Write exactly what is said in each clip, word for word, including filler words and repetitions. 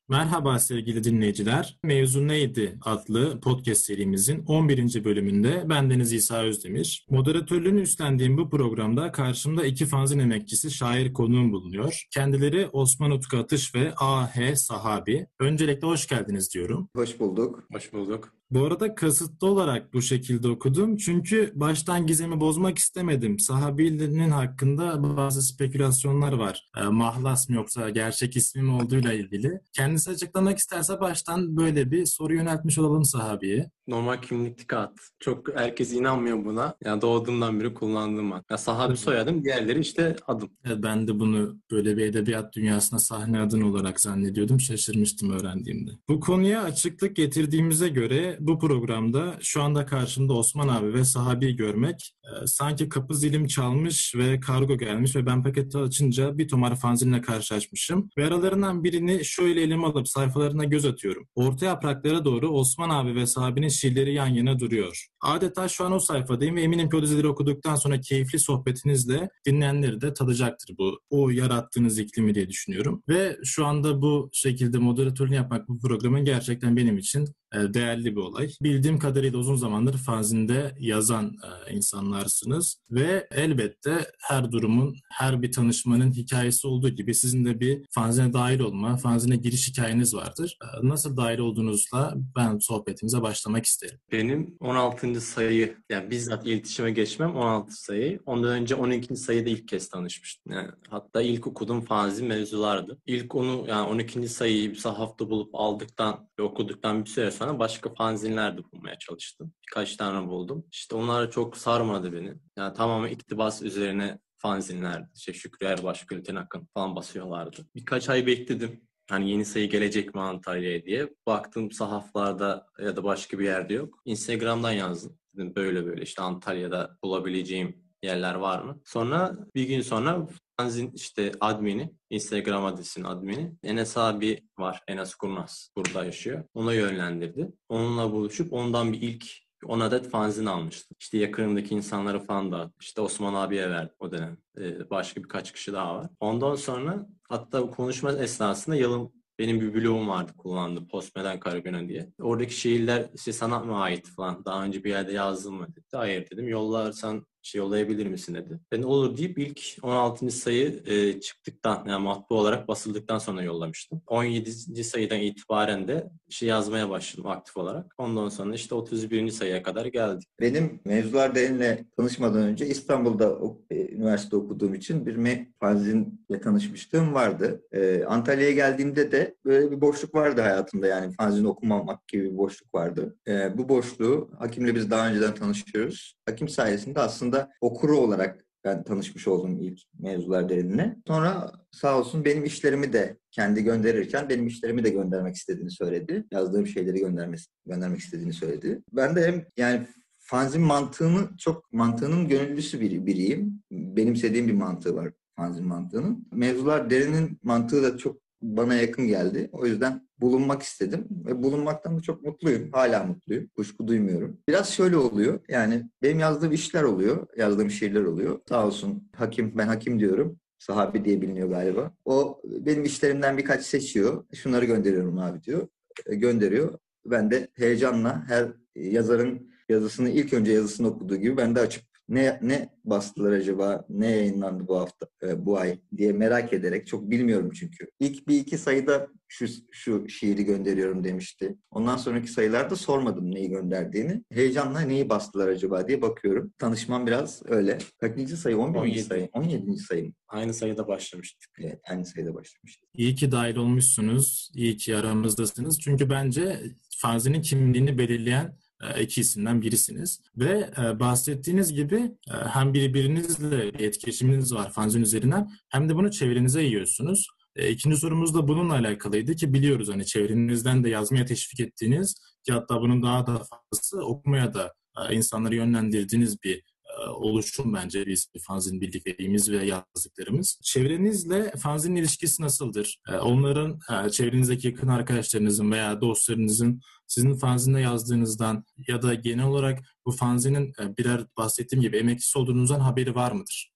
Merhaba sevgili dinleyiciler. Mevzu Neydi adlı podcast serimizin on birinci bölümünde bendeniz İsa Özdemir. Moderatörlüğünü üstlendiğim bu programda karşımda iki fanzin emekçisi şair konuğum bulunuyor. Kendileri Osman Utku Atış ve A H Sahabi. Öncelikle hoş geldiniz diyorum. Hoş bulduk. Hoş bulduk. Bu arada kasıtlı olarak bu şekilde okudum. Çünkü baştan gizemi bozmak istemedim. Sahabi'nin hakkında bazı spekülasyonlar var. E, mahlas mı yoksa gerçek ismi mi olduğuyla ilgili. Kendisi açıklamak isterse baştan böyle bir soru yöneltmiş olalım sahabiye. Normal kimlik kağıt. Çok herkes inanmıyor buna. Yani doğduğumdan beri kullandığım ad. Ya sahabi soyadım, diğerleri işte adım. E, ben de bunu böyle bir edebiyat dünyasına sahne adın olarak zannediyordum. Şaşırmıştım öğrendiğimde. Bu konuya açıklık getirdiğimize göre bu programda şu anda karşımda Osman abi ve sahabeyi görmek e, sanki kapı zilim çalmış ve kargo gelmiş ve ben paketi açınca bir tomar fanzinle karşılaşmışım. Ve aralarından birini şöyle elime alıp sayfalarına göz atıyorum. Orta yapraklara doğru Osman abi ve sahabenin şiirleri yan yana duruyor. Adeta şu an o sayfadayım ve eminim ki o dizileri okuduktan sonra keyifli sohbetinizle dinleyenleri de tadacaktır bu. O yarattığınız iklimi diye düşünüyorum. Ve şu anda bu şekilde moderatörlüğünü yapmak bu programın gerçekten benim için değerli bir olay. Bildiğim kadarıyla uzun zamandır fanzinde yazan e, insanlarsınız ve elbette her durumun, her bir tanışmanın hikayesi olduğu gibi sizin de bir fanzine dahil olma, fanzine giriş hikayeniz vardır. E, nasıl dahil olduğunuzla ben sohbetimize başlamak isterim. Benim on altıncı sayı, yani bizzat iletişime geçmem on altı sayı. Ondan önce on ikinci sayıda ilk kez tanışmıştım. Yani hatta ilk okuduğum fanzin mevzulardı. İlk onu yani on ikinci sayıyı bir sahafta bulup aldıktan ve okuduktan bir süre sonra başka fanzinler de bulmaya çalıştım. Birkaç tane buldum. İşte onlar çok sarmadı beni. Yani tamamen iktibas üzerine fanzinlerdi. İşte Şükrü Erbaş, Gülten Akın falan basıyorlardı. Birkaç ay bekledim. Hani yeni sayı gelecek mi Antalya'ya diye. Baktım sahaflarda ya da başka bir yerde yok. Instagram'dan yazdım. Dedim böyle böyle işte Antalya'da bulabileceğim yerler var mı? Sonra bir gün sonra fanzin işte admini, Instagram adresinin admini Enes abi var. Enes Kurnaz burada yaşıyor. Ona yönlendirdi. Onunla buluşup ondan bir ilk on adet fanzin almıştım. İşte yakınımdaki insanlara falan dağıttım. İşte Osman abiye verdim o dönem. Ee, başka birkaç kişi daha var. Ondan sonra hatta konuşma esnasında Yalın benim bir blogum vardı kullandım. Postmodern Karagöne diye. Oradaki şiirler işte sana mı ait falan. Daha önce bir yerde yazdım mı dedi. Hayır dedim. Yollarsan şey yollayabilir misin dedi. Ben olur deyip ilk on altıncı sayı e, çıktıktan yani matbu olarak basıldıktan sonra yollamıştım. on yedinci sayıdan itibaren de şey yazmaya başladım aktif olarak. Ondan sonra işte otuz birinci sayıya kadar geldik. Benim Mevzular Derin'le tanışmadan önce İstanbul'da e, üniversite okuduğum için bir me- fanzinle tanışmışlığım vardı. E, Antalya'ya geldiğimde de böyle bir boşluk vardı hayatımda, yani fanzin okumamak gibi bir boşluk vardı. E, bu boşluğu Hakim'le biz daha önceden tanışıyoruz. Hakim sayesinde aslında okuru olarak ben tanışmış oldum ilk Mevzular Derin'le. Sonra sağ olsun benim işlerimi de kendi gönderirken benim işlerimi de göndermek istediğini söyledi. Yazdığım şeyleri göndermesi, göndermek istediğini söyledi. Ben de hem yani fanzin mantığını çok mantığının gönüllüsü biri, biriyim. Benimsediğim bir mantığı var fanzin mantığının. Mevzular Derin'in mantığı da çok bana yakın geldi. O yüzden bulunmak istedim ve bulunmaktan da çok mutluyum. Hala mutluyum. Kuşku duymuyorum. Biraz şöyle oluyor. Yani benim yazdığım işler oluyor. Yazdığım şiirler oluyor. Sağ olsun Hakim, ben Hakim diyorum. Sahabi diye biliniyor galiba. O benim işlerimden birkaç seçiyor. Şunları gönderiyorum abi diyor. E, gönderiyor. Ben de heyecanla her yazarın yazısını ilk önce yazısını okuduğu gibi ben de açıp Ne ne bastılar acaba, ne yayınlandı bu hafta, e, bu ay diye merak ederek, çok bilmiyorum çünkü. İlk bir iki sayıda şu şu şiiri gönderiyorum demişti. Ondan sonraki sayılarda sormadım neyi gönderdiğini. Heyecanla neyi bastılar acaba diye bakıyorum. Tanışmam biraz öyle. Kaçıncı sayı? on birinci sayı? on yedinci sayı mı? Aynı sayıda başlamıştık. Evet, aynı sayıda başlamıştık. İyi ki dahil olmuşsunuz. İyi ki aramızdasınız. Çünkü bence fanzinin kimliğini belirleyen iki isimden birisiniz. Ve bahsettiğiniz gibi hem birbirinizle etkileşiminiz var fanzin üzerinden hem de bunu çevrenize yiyorsunuz. İkinci sorumuz da bununla alakalıydı ki biliyoruz hani çevrenizden de yazmaya teşvik ettiğiniz ki hatta bunun daha da fazlası okumaya da insanları yönlendirdiğiniz bir oluşum bence biz fanzin bildiklerimiz ve yazdıklarımız. Çevrenizle fanzinin ilişkisi nasıldır? Onların, çevrenizdeki yakın arkadaşlarınızın veya dostlarınızın sizin fanzinde yazdığınızdan ya da genel olarak bu fanzinin birer bahsettiğim gibi emekçisi olduğunuzdan haberi var mıdır?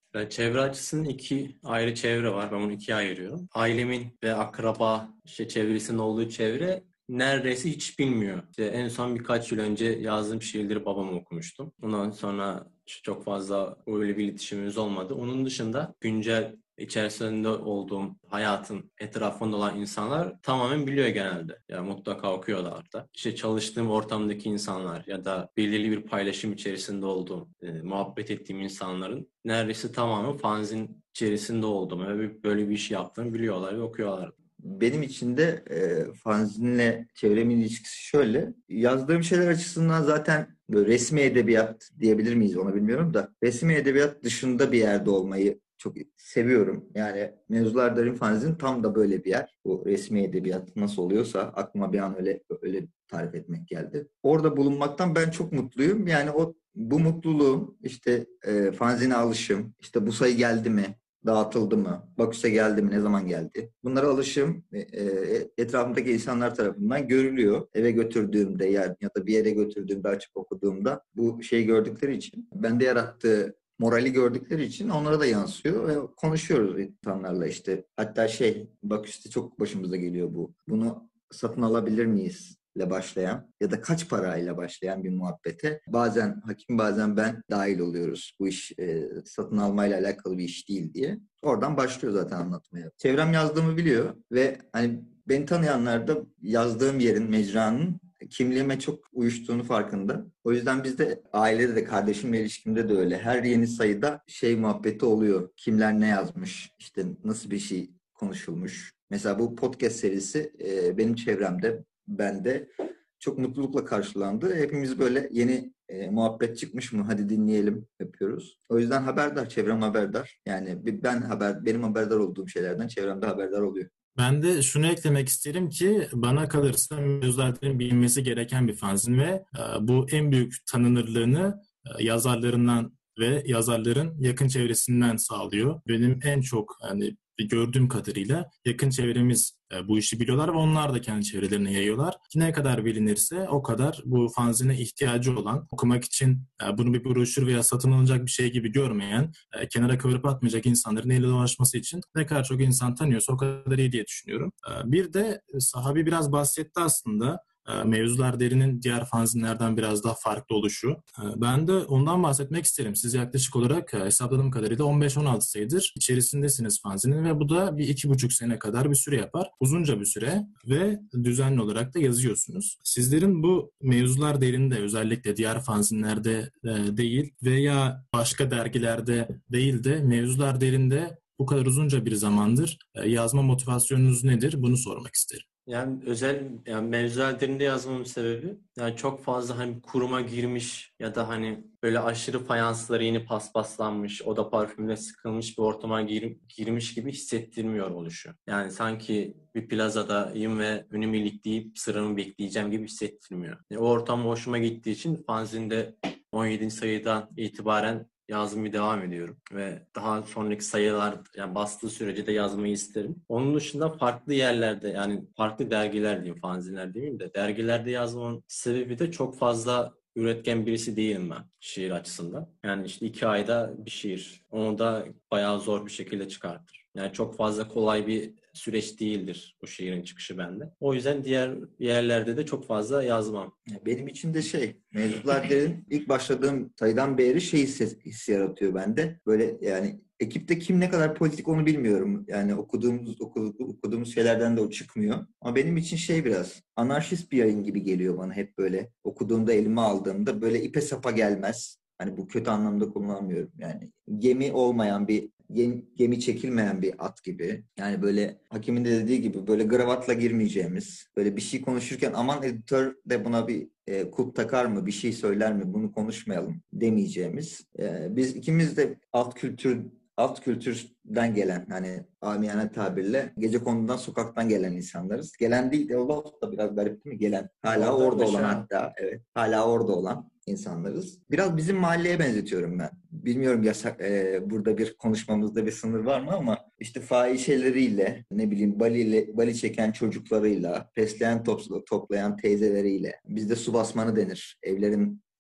Yani çevre açısından iki ayrı çevre var. Ben bunu ikiye ayırıyorum. Ailemin ve akraba işte çevresinin olduğu çevre neredeyse hiç bilmiyor. İşte en son birkaç yıl önce yazdığım şiirleri babama okumuştum. Ondan sonra çok fazla öyle bir iletişimimiz olmadı. Onun dışında güncel içerisinde olduğum hayatın etrafında olan insanlar tamamen biliyor genelde. Yani mutlaka okuyorlar da. İşte çalıştığım ortamdaki insanlar ya da belirli bir paylaşım içerisinde olduğum, e, muhabbet ettiğim insanların neredeyse tamamen fanzin içerisinde olduğumu ve böyle bir iş yaptığımı biliyorlar ve okuyorlar. Benim için de e, fanzinle çevremin ilişkisi şöyle. Yazdığım şeyler açısından zaten böyle resmi edebiyat diyebilir miyiz onu bilmiyorum da resmi edebiyat dışında bir yerde olmayı çok seviyorum. Yani Mevzular Derin fanzin tam da böyle bir yer. Bu resmi edebiyat nasıl oluyorsa aklıma bir an öyle öyle tarif etmek geldi. Orada bulunmaktan ben çok mutluyum. Yani o bu mutluluğum işte e, fanzine alışım, işte bu sayı geldi mi? Dağıtıldı mı? Baküs'e geldi mi? Ne zaman geldi? Bunlara alışım e, etrafımdaki insanlar tarafından görülüyor. Eve götürdüğümde ya, ya da bir yere götürdüğümde açıp okuduğumda bu şeyi gördükleri için, bende yarattığı morali gördükleri için onlara da yansıyor ve konuşuyoruz insanlarla işte. Hatta şey Baküs'te çok başımıza geliyor bu. Bunu satın alabilir miyiz? ile başlayan ya da kaç parayla başlayan bir muhabbete bazen hakim bazen ben dahil oluyoruz. Bu iş e, satın almayla alakalı bir iş değil diye. Oradan başlıyor zaten anlatmaya. Çevrem yazdığımı biliyor ve hani beni tanıyanlar da yazdığım yerin, mecranın kimliğime çok uyuştuğunu farkında. O yüzden bizde ailede de kardeşimle ilişkimde de öyle. Her yeni sayıda şey muhabbeti oluyor. Kimler ne yazmış, işte nasıl bir şey konuşulmuş. Mesela bu podcast serisi e, benim çevremde ben de çok mutlulukla karşılandı. Hepimiz böyle yeni e, muhabbet çıkmış mı? Hadi dinleyelim yapıyoruz. O yüzden haberdar, çevrem haberdar. Yani ben haber, benim haberdar olduğum şeylerden çevremde haberdar oluyor. Ben de şunu eklemek isterim ki bana kalırsa Mevzular'ın bilinmesi gereken bir fanzin ve e, bu en büyük tanınırlığını e, yazarlarından ve yazarların yakın çevresinden sağlıyor. Benim en çok hani gördüğüm kadarıyla yakın çevremiz e, bu işi biliyorlar ve onlar da kendi çevrelerine yayıyorlar. Ki ne kadar bilinirse o kadar bu fanzine ihtiyacı olan, okumak için e, bunu bir broşür veya satın alınacak bir şey gibi görmeyen, e, kenara kıvırıp atmayacak insanların eliyle dolaşması için ne kadar çok insan tanıyorsa o kadar iyi diye düşünüyorum. E, bir de Sahabi biraz bahsetti aslında. Mevzular Derin'in diğer fanzinlerden biraz daha farklı oluşu. Ben de ondan bahsetmek isterim. Siz yaklaşık olarak hesapladığım kadarıyla on beş on altı sayıdır içerisindesiniz fanzinin ve bu da bir iki buçuk sene kadar bir süre yapar. Uzunca bir süre ve düzenli olarak da yazıyorsunuz. Sizlerin bu Mevzular Derin'de özellikle diğer fanzinlerde değil veya başka dergilerde değil de Mevzular Derin'de bu kadar uzunca bir zamandır yazma motivasyonunuz nedir? Bunu sormak isterim. Yani özel yani mevzular derinde yazmamın sebebi yani çok fazla hani kuruma girmiş ya da hani böyle aşırı fayansları yeni paspaslanmış, oda parfümüne sıkılmış bir ortama gir, girmiş gibi hissettirmiyor oluşu. Yani sanki bir plazadayım ve önümü ilikleyip sıramı bekleyeceğim gibi hissettirmiyor. Yani o ortam hoşuma gittiği için fanzinde on yedinci sayıdan itibaren yazmaya devam ediyorum ve daha sonraki sayılar yani bastığı sürece de yazmayı isterim. Onun dışında farklı yerlerde yani farklı dergiler diyeyim, fanzinler demeyeyim de dergilerde yazmamın sebebi de çok fazla üretken birisi değilim ben şiir açısından. Yani işte iki ayda bir şiir. Onu da bayağı zor bir şekilde çıkartır. Yani çok fazla kolay bir süreç değildir bu şiirin çıkışı bende. O yüzden diğer yerlerde de çok fazla yazmam. Benim için de şey, Mevzular Derin ilk başladığım sayıdan beri şey hissi, hissi yaratıyor bende. Böyle yani ekipte kim ne kadar politik onu bilmiyorum. Yani okuduğumuz okuduğumuz şeylerden de o çıkmıyor. Ama benim için şey biraz anarşist bir yayın gibi geliyor bana hep böyle. Okuduğumda elime aldığımda böyle ipe sapa gelmez. Hani bu kötü anlamda kullanmıyorum. Yani gemi olmayan bir gemi çekilmeyen bir at gibi. Yani böyle Hakim'in de dediği gibi böyle gravatla girmeyeceğimiz, böyle bir şey konuşurken aman editör de buna bir e, kulp takar mı, bir şey söyler mi, bunu konuşmayalım demeyeceğimiz. E, biz ikimiz de alt kültür alt kültürden gelen, hani amiyane tabirle gecekondudan, sokaktan gelen insanlarız. Gelen değil de o laf da biraz garip değil mi? Gelen. Hala Oradan orada olan aşağı. hatta. Evet. Hala orada olan insanlarız. Biraz bizim mahalleye benzetiyorum ben. Bilmiyorum yasak e, burada bir konuşmamızda bir sınır var mı ama işte fahişeleriyle, ne bileyim bali, bali çeken çocuklarıyla, fesleğen top, toplayan teyzeleriyle, bizde su basmanı denir. Evlerin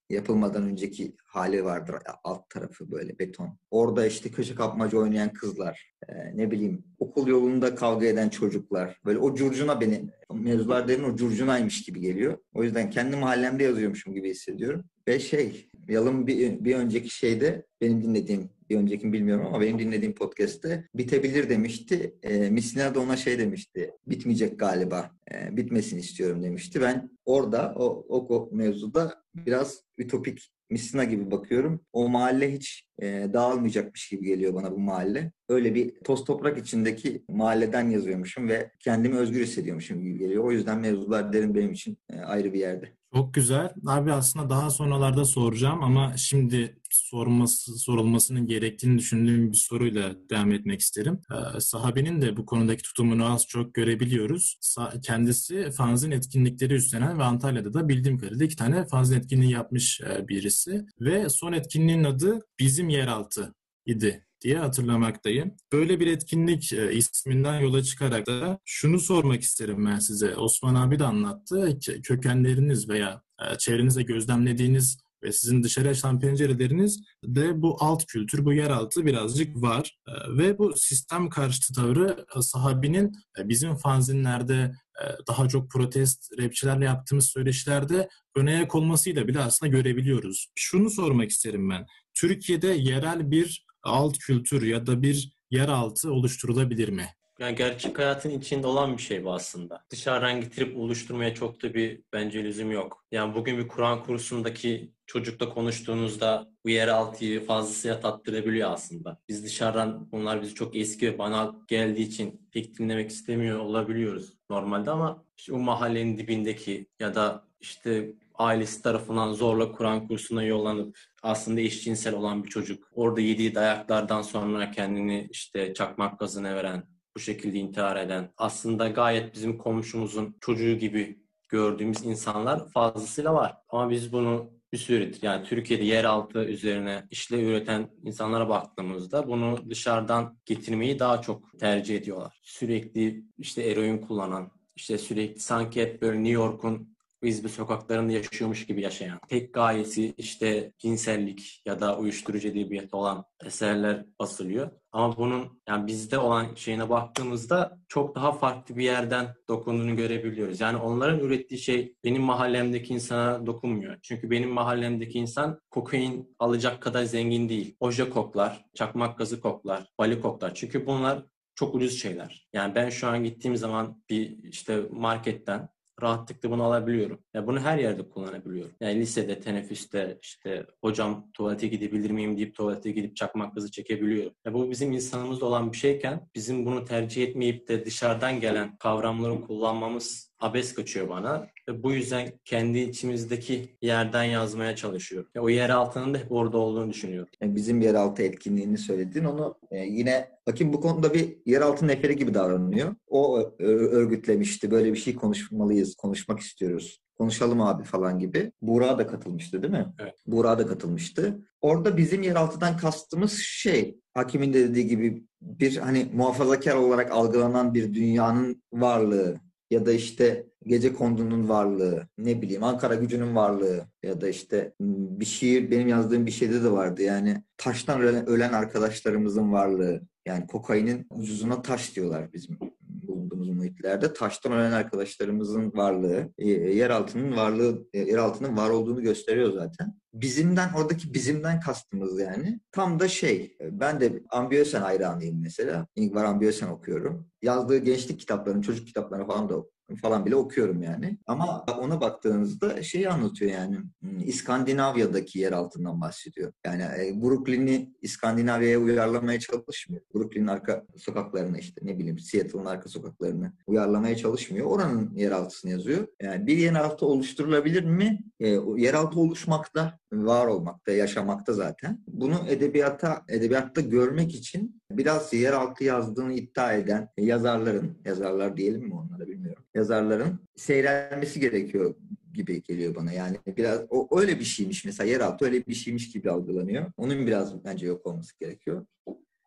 yapılmadan önceki hali vardır. Alt tarafı böyle beton. Orada işte köşe kapmaca oynayan kızlar. Ee, ne bileyim okul yolunda kavga eden çocuklar. Böyle o curcuna beni, mevzular derin o curcunaymış gibi geliyor. O yüzden kendi mahallemde yazıyormuşum gibi hissediyorum. Ve şey, Yalın bir, bir önceki şeyde benim dinlediğim, bir öncekini bilmiyorum ama benim dinlediğim podcast'te bitebilir demişti. E, Misina da ona şey demişti. Bitmeyecek galiba. E, bitmesini istiyorum demişti. Ben orada o, o, o mevzuda biraz ütopik Misina gibi bakıyorum. O mahalle hiç e, dağılmayacakmış gibi geliyor bana bu mahalle. Öyle bir toz toprak içindeki mahalleden yazıyormuşum ve kendimi özgür hissediyormuşum gibi geliyor. O yüzden mevzular derin benim için e, ayrı bir yerde. Çok güzel. Abi aslında daha sonralarda soracağım ama şimdi sorması, sorulmasının gerektiğini düşündüğüm bir soruyla devam etmek isterim. Ee, Sahabe'nin de bu konudaki tutumunu az çok görebiliyoruz. Sa- kendisi fanzin etkinlikleri üstlenen ve Antalya'da da bildiğim kadarıyla iki tane fanzin etkinliği yapmış e, birisi. Ve son etkinliğin adı Bizim Yeraltı idi diye hatırlamaktayım. Böyle bir etkinlik e, isminden yola çıkarak da şunu sormak isterim ben size. Osman abi de anlattı. Kö- Kökenleriniz veya e, çevrenizde gözlemlediğiniz ve sizin dışarı açılan pencereleriniz de bu alt kültür, bu yeraltı birazcık var. E, ve bu sistem karşıtı tavrı e, Sahabi'nin e, bizim fanzinlerde e, daha çok protest rapçilerle yaptığımız söyleşilerde öne ayak olmasıyla bile aslında görebiliyoruz. Şunu sormak isterim ben. Türkiye'de yerel bir alt kültür ya da bir yeraltı oluşturulabilir mi? Yani gerçek hayatın içinde olan bir şey bu aslında. Dışarıdan getirip oluşturmaya çok da bir bence lüzum yok. Yani bugün bir Kur'an kursundaki çocukla konuştuğunuzda bu yeraltıyı fazlasıyla tattırabiliyor aslında. Biz dışarıdan bunlar bizi çok eski ve banal geldiği için pek dinlemek istemiyor olabiliyoruz normalde ama işte o mahallenin dibindeki ya da işte ailesi tarafından zorla Kur'an kursuna yollanıp aslında eşcinsel olan bir çocuk. Orada yediği dayaklardan sonra kendini işte çakmak gazına veren, bu şekilde intihar eden, aslında gayet bizim komşumuzun çocuğu gibi gördüğümüz insanlar fazlasıyla var. Ama biz bunu bir süredir yani Türkiye'de yeraltı üzerine işle üreten insanlara baktığımızda bunu dışarıdan getirmeyi daha çok tercih ediyorlar. Sürekli işte eroin kullanan, işte sürekli sanki hep böyle New York'un biz bir sokaklarında yaşıyormuş gibi yaşayan, tek gayesi işte cinsellik ya da uyuşturucu edebiyatı olan eserler basılıyor. Ama bunun yani bizde olan şeyine baktığımızda çok daha farklı bir yerden dokunduğunu görebiliyoruz. Yani onların ürettiği şey benim mahallemdeki insana dokunmuyor. Çünkü benim mahallemdeki insan kokain alacak kadar zengin değil. Oje koklar, çakmak gazı koklar, bali koklar. Çünkü bunlar çok ucuz şeyler. Yani ben şu an gittiğim zaman bir işte marketten rahatlıkla bunu alabiliyorum. Ya bunu her yerde kullanabiliyorum. Yani lisede, teneffüste işte hocam tuvalete gidebilir miyim deyip tuvalete gidip çakmak gazı çekebiliyorum. Ya bu bizim insanımızda olan bir şeyken bizim bunu tercih etmeyip de dışarıdan gelen kavramları kullanmamız abes kaçıyor bana. Ve bu yüzden kendi içimizdeki yerden yazmaya çalışıyorum. Ya o yer altının da hep orada olduğunu düşünüyorum. Yani bizim yeraltı etkinliğini söyledin. Onu e, yine bakayım bu konuda bir yeraltı neferi gibi davranıyor. O e, örgütlemişti. Böyle bir şey konuşmalıyız, konuşmak istiyoruz. Konuşalım abi falan gibi. Buğra da katılmıştı değil mi? Evet. Buğra da katılmıştı. Orada bizim yeraltıdan kastımız şey, Hakim'in de dediği gibi bir hani muhafazakar olarak algılanan bir dünyanın varlığı ya da işte Gecekondu'nun varlığı, ne bileyim Ankara Gücü'nün varlığı ya da işte bir şiir, benim yazdığım bir şeyde de vardı. Yani taştan ölen, ölen arkadaşlarımızın varlığı. Yani kokainin ucuzuna taş diyorlar bizim bulunduğumuz muhitlerde. Taştan ölen arkadaşlarımızın varlığı, e, yeraltının varlığı, e, yeraltının var olduğunu gösteriyor zaten. Bizimden, oradaki bizimden kastımız yani. Tam da şey, ben de Ambiösen hayranıyım mesela. İngvar Ambiösen okuyorum. Yazdığı gençlik kitaplarını, çocuk kitaplarını falan da falan bile okuyorum yani. Ama ona baktığınızda şeyi anlatıyor yani. İskandinavya'daki yer altından bahsediyor. Yani e, Brooklyn'i İskandinavya'ya uyarlamaya çalışmıyor. Brooklyn'in arka sokaklarını işte ne bileyim Seattle'ın arka sokaklarını uyarlamaya çalışmıyor. Oranın yeraltısını yazıyor. Yani bir yeraltı oluşturulabilir mi? E, yeraltı oluşmakta, var olmakta, yaşamakta zaten. Bunu edebiyata, edebiyatta görmek için biraz yeraltı yazdığını iddia eden yazarların, yazarlar diyelim mi onlara bilmiyorum. Yazarların seyrelmesi gerekiyor gibi geliyor bana. Yani biraz o öyle bir şeymiş mesela yeraltı öyle bir şeymiş gibi algılanıyor. Onun biraz bence yok olması gerekiyor.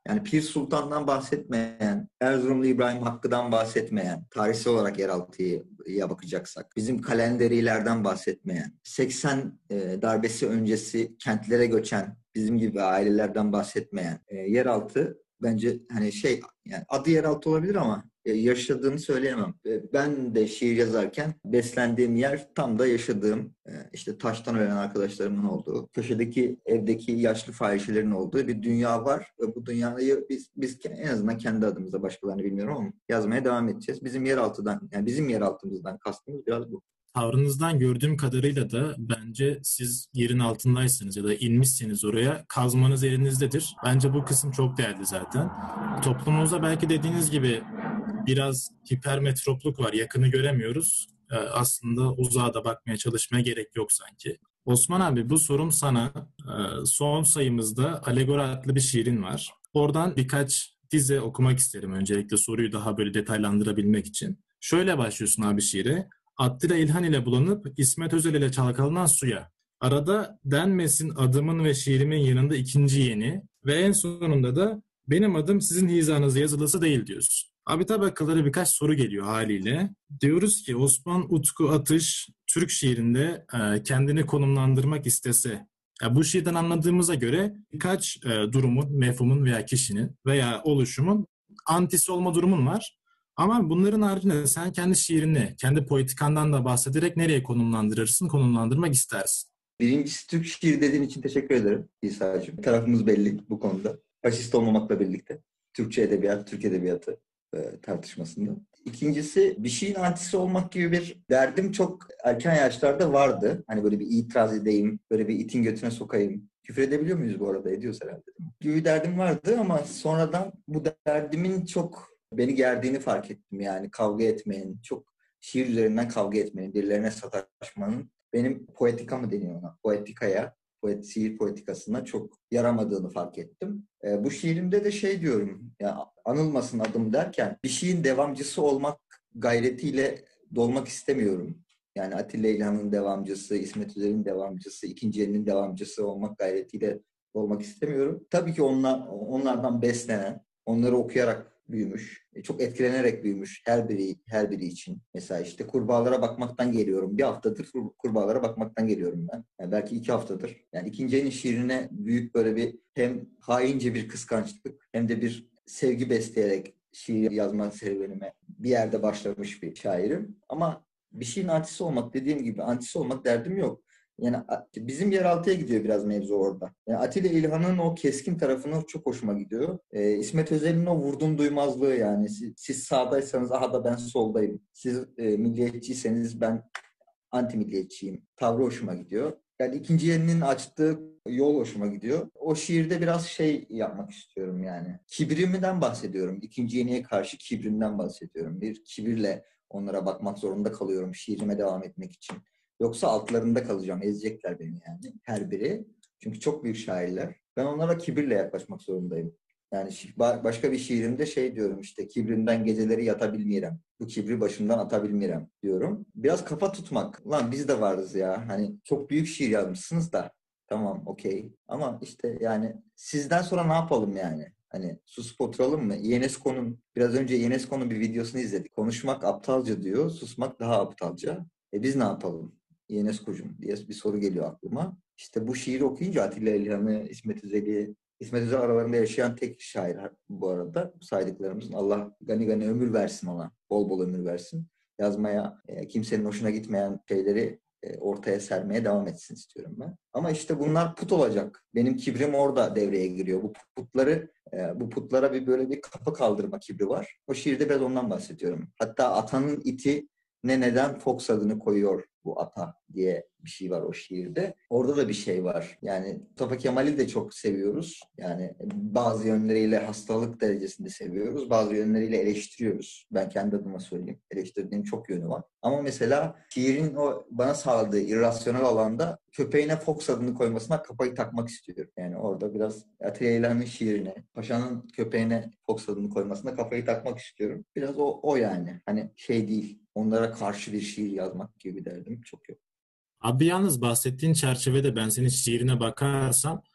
Yani Pir Sultan'dan bahsetmeyen, Erzurumlu İbrahim Hakkı'dan bahsetmeyen, tarihsel olarak yeraltıya bakacaksak, bizim kalenderilerden bahsetmeyen, seksen e, darbesi öncesi kentlere göçen, bizim gibi ailelerden bahsetmeyen e, yeraltı bence hani şey, yani adı yeraltı olabilir ama yaşadığını söyleyemem. Ben de şiir yazarken beslendiğim yer tam da yaşadığım, işte taştan ölen arkadaşlarımın olduğu, köşedeki evdeki yaşlı fahişelerin olduğu bir dünya var. Ve bu dünyayı biz, biz en azından kendi adımıza, başkalarını bilmiyorum ama yazmaya devam edeceğiz. Bizim yeraltıdan, yani bizim yeraltımızdan kastımız biraz bu. Tavrınızdan gördüğüm kadarıyla da bence siz yerin altındaysınız ya da inmişsiniz oraya, kazmanız elinizdedir. Bence bu kısım çok değerli zaten. Toplumumuzda belki dediğiniz gibi biraz hipermetropluk var, yakını göremiyoruz. Ee, aslında uzağa da bakmaya çalışmaya gerek yok sanki. Osman abi, bu sorum sana. Ee, son sayımızda Alegori adlı bir şiirin var. Oradan birkaç dize okumak isterim öncelikle, soruyu daha böyle detaylandırabilmek için. Şöyle başlıyorsun abi şiire. Attila İlhan ile bulanıp İsmet Özel ile çalkalanan suya. Arada denmesin adımın ve şiirimin yanında ikinci yeni ve en sonunda da benim adım sizin hizanızda yazılısı değil diyorsun. Abi tabi akıllara birkaç soru geliyor haliyle. Diyoruz ki Osman Utku Atış Türk şiirinde e, kendini konumlandırmak istese, ya bu şiirden anladığımıza göre birkaç e, durumun, mefhumun veya kişinin veya oluşumun antisi olma durumun var. Ama bunların haricinde sen kendi şiirini, kendi poetikandan da bahsederek nereye konumlandırırsın, konumlandırmak istersin? Birincisi, Türk şiir dediğin için teşekkür ederim İsa'cığım. Tarafımız belli bu konuda. Faşist olmamakla birlikte. Türkçe edebiyat, Türk edebiyatı e, tartışmasında. İkincisi, bir şeyin antisi olmak gibi bir derdim çok erken yaşlarda vardı. Hani böyle bir itiraz edeyim, böyle bir itin götüne sokayım. Küfür edebiliyor muyuz bu arada? Ediyoruz herhalde, değil mi? Gibi bir derdim vardı ama sonradan bu derdimin çok beni gerdiğini fark ettim. Yani kavga etmenin, çok şiir üzerinden kavga etmenin, birilerine sataşmanın benim poetika mı deniyor ona? Poetikaya, poet, şiir poetikasına çok yaramadığını fark ettim. E, bu şiirimde de şey diyorum, ya anılmasın adım derken bir şeyin devamcısı olmak gayretiyle dolmak istemiyorum. Yani Atilla İlhan'ın devamcısı, İsmet Özel'in devamcısı, İkinci Elinin devamcısı olmak gayretiyle olmak istemiyorum. Tabii ki onlar, onlardan beslenen, onları okuyarak büyümüş, çok etkilenerek büyümüş her biri her biri için. Mesela işte kurbağalara bakmaktan geliyorum. Bir haftadır kurbağalara bakmaktan geliyorum ben. Yani belki iki haftadır. Yani ikinci elin şiirine büyük böyle bir hem haince bir kıskançlık hem de bir sevgi besleyerek şiir yazma serüvenime bir yerde başlamış bir şairim. Ama bir şeyin antisi olmak, dediğim gibi antisi olmak derdim yok. Yani bizim yeraltıya gidiyor biraz mevzu orada. Yani Atilla İlhan'ın o keskin tarafını çok hoşuma gidiyor. Ee, İsmet Özel'in o vurdum duymazlığı, yani siz, siz sağdaysanız aha da ben soldayım. Siz e, milliyetçiyseniz ben anti milliyetçiyim. Tavrı hoşuma gidiyor. Yani ikinci yerinin açtığı yol hoşuma gidiyor. O şiirde biraz şey yapmak istiyorum yani. Kibrimden bahsediyorum. İkinci yeniye karşı kibrimden bahsediyorum. Bir kibirle onlara bakmak zorunda kalıyorum şiirime devam etmek için. Yoksa altlarında kalacağım. Ezecekler beni yani. Her biri. Çünkü çok büyük şairler. Ben onlara kibirle yaklaşmak zorundayım. Yani başka bir şiirimde şey diyorum, işte kibrimden geceleri yatabilmirem. Bu kibri başımdan atabilmirem diyorum. Biraz kafa tutmak. Lan biz de varız ya. Hani çok büyük şiir yazmışsınız da. Tamam, okey. Ama işte yani sizden sonra ne yapalım yani? Hani susup oturalım mı? Ionesco'nun, biraz önce Ionesco'nun bir videosunu izledik. Konuşmak aptalca diyor, susmak daha aptalca. E biz ne yapalım? Ionesco'cum diye bir soru geliyor aklıma. İşte bu şiiri okuyunca Atilla İlhan'ı, İsmet Özel'i, İsmet Özel aralarında yaşayan tek şair bu arada. Saydıklarımızın, Allah gani gani ömür versin ona. Bol bol ömür versin. Yazmaya, e, kimsenin hoşuna gitmeyen şeyleri e, ortaya sermeye devam etsin istiyorum ben. Ama işte bunlar put olacak. Benim kibrim orada devreye giriyor. Bu putları, e, bu putlara bir böyle bir kafa kaldırma kibri var. O şiirde biraz ondan bahsediyorum. Hatta atanın iti ne neden Fox adını koyuyor bu ata diye bir şey var o şiirde. Orada da bir şey var. Yani Mustafa Kemal'i de çok seviyoruz. Yani bazı yönleriyle hastalık derecesinde seviyoruz. Bazı yönleriyle eleştiriyoruz. Ben kendi adıma söyleyeyim. Eleştirdiğim çok yönü var. Ama mesela şiirin o bana sağladığı irrasyonel alanda köpeğine Fox adını koymasına kafayı takmak istiyorum. Yani orada biraz Atilla İlhan'ın şiirine, Paşa'nın köpeğine Fox adını koymasına kafayı takmak istiyorum. Biraz o, o yani. Hani şey değil. Onlara karşı bir şiir yazmak gibi derdim çok yok. Abi yalnız bahsettiğin çerçevede ben senin şiirine bakarsam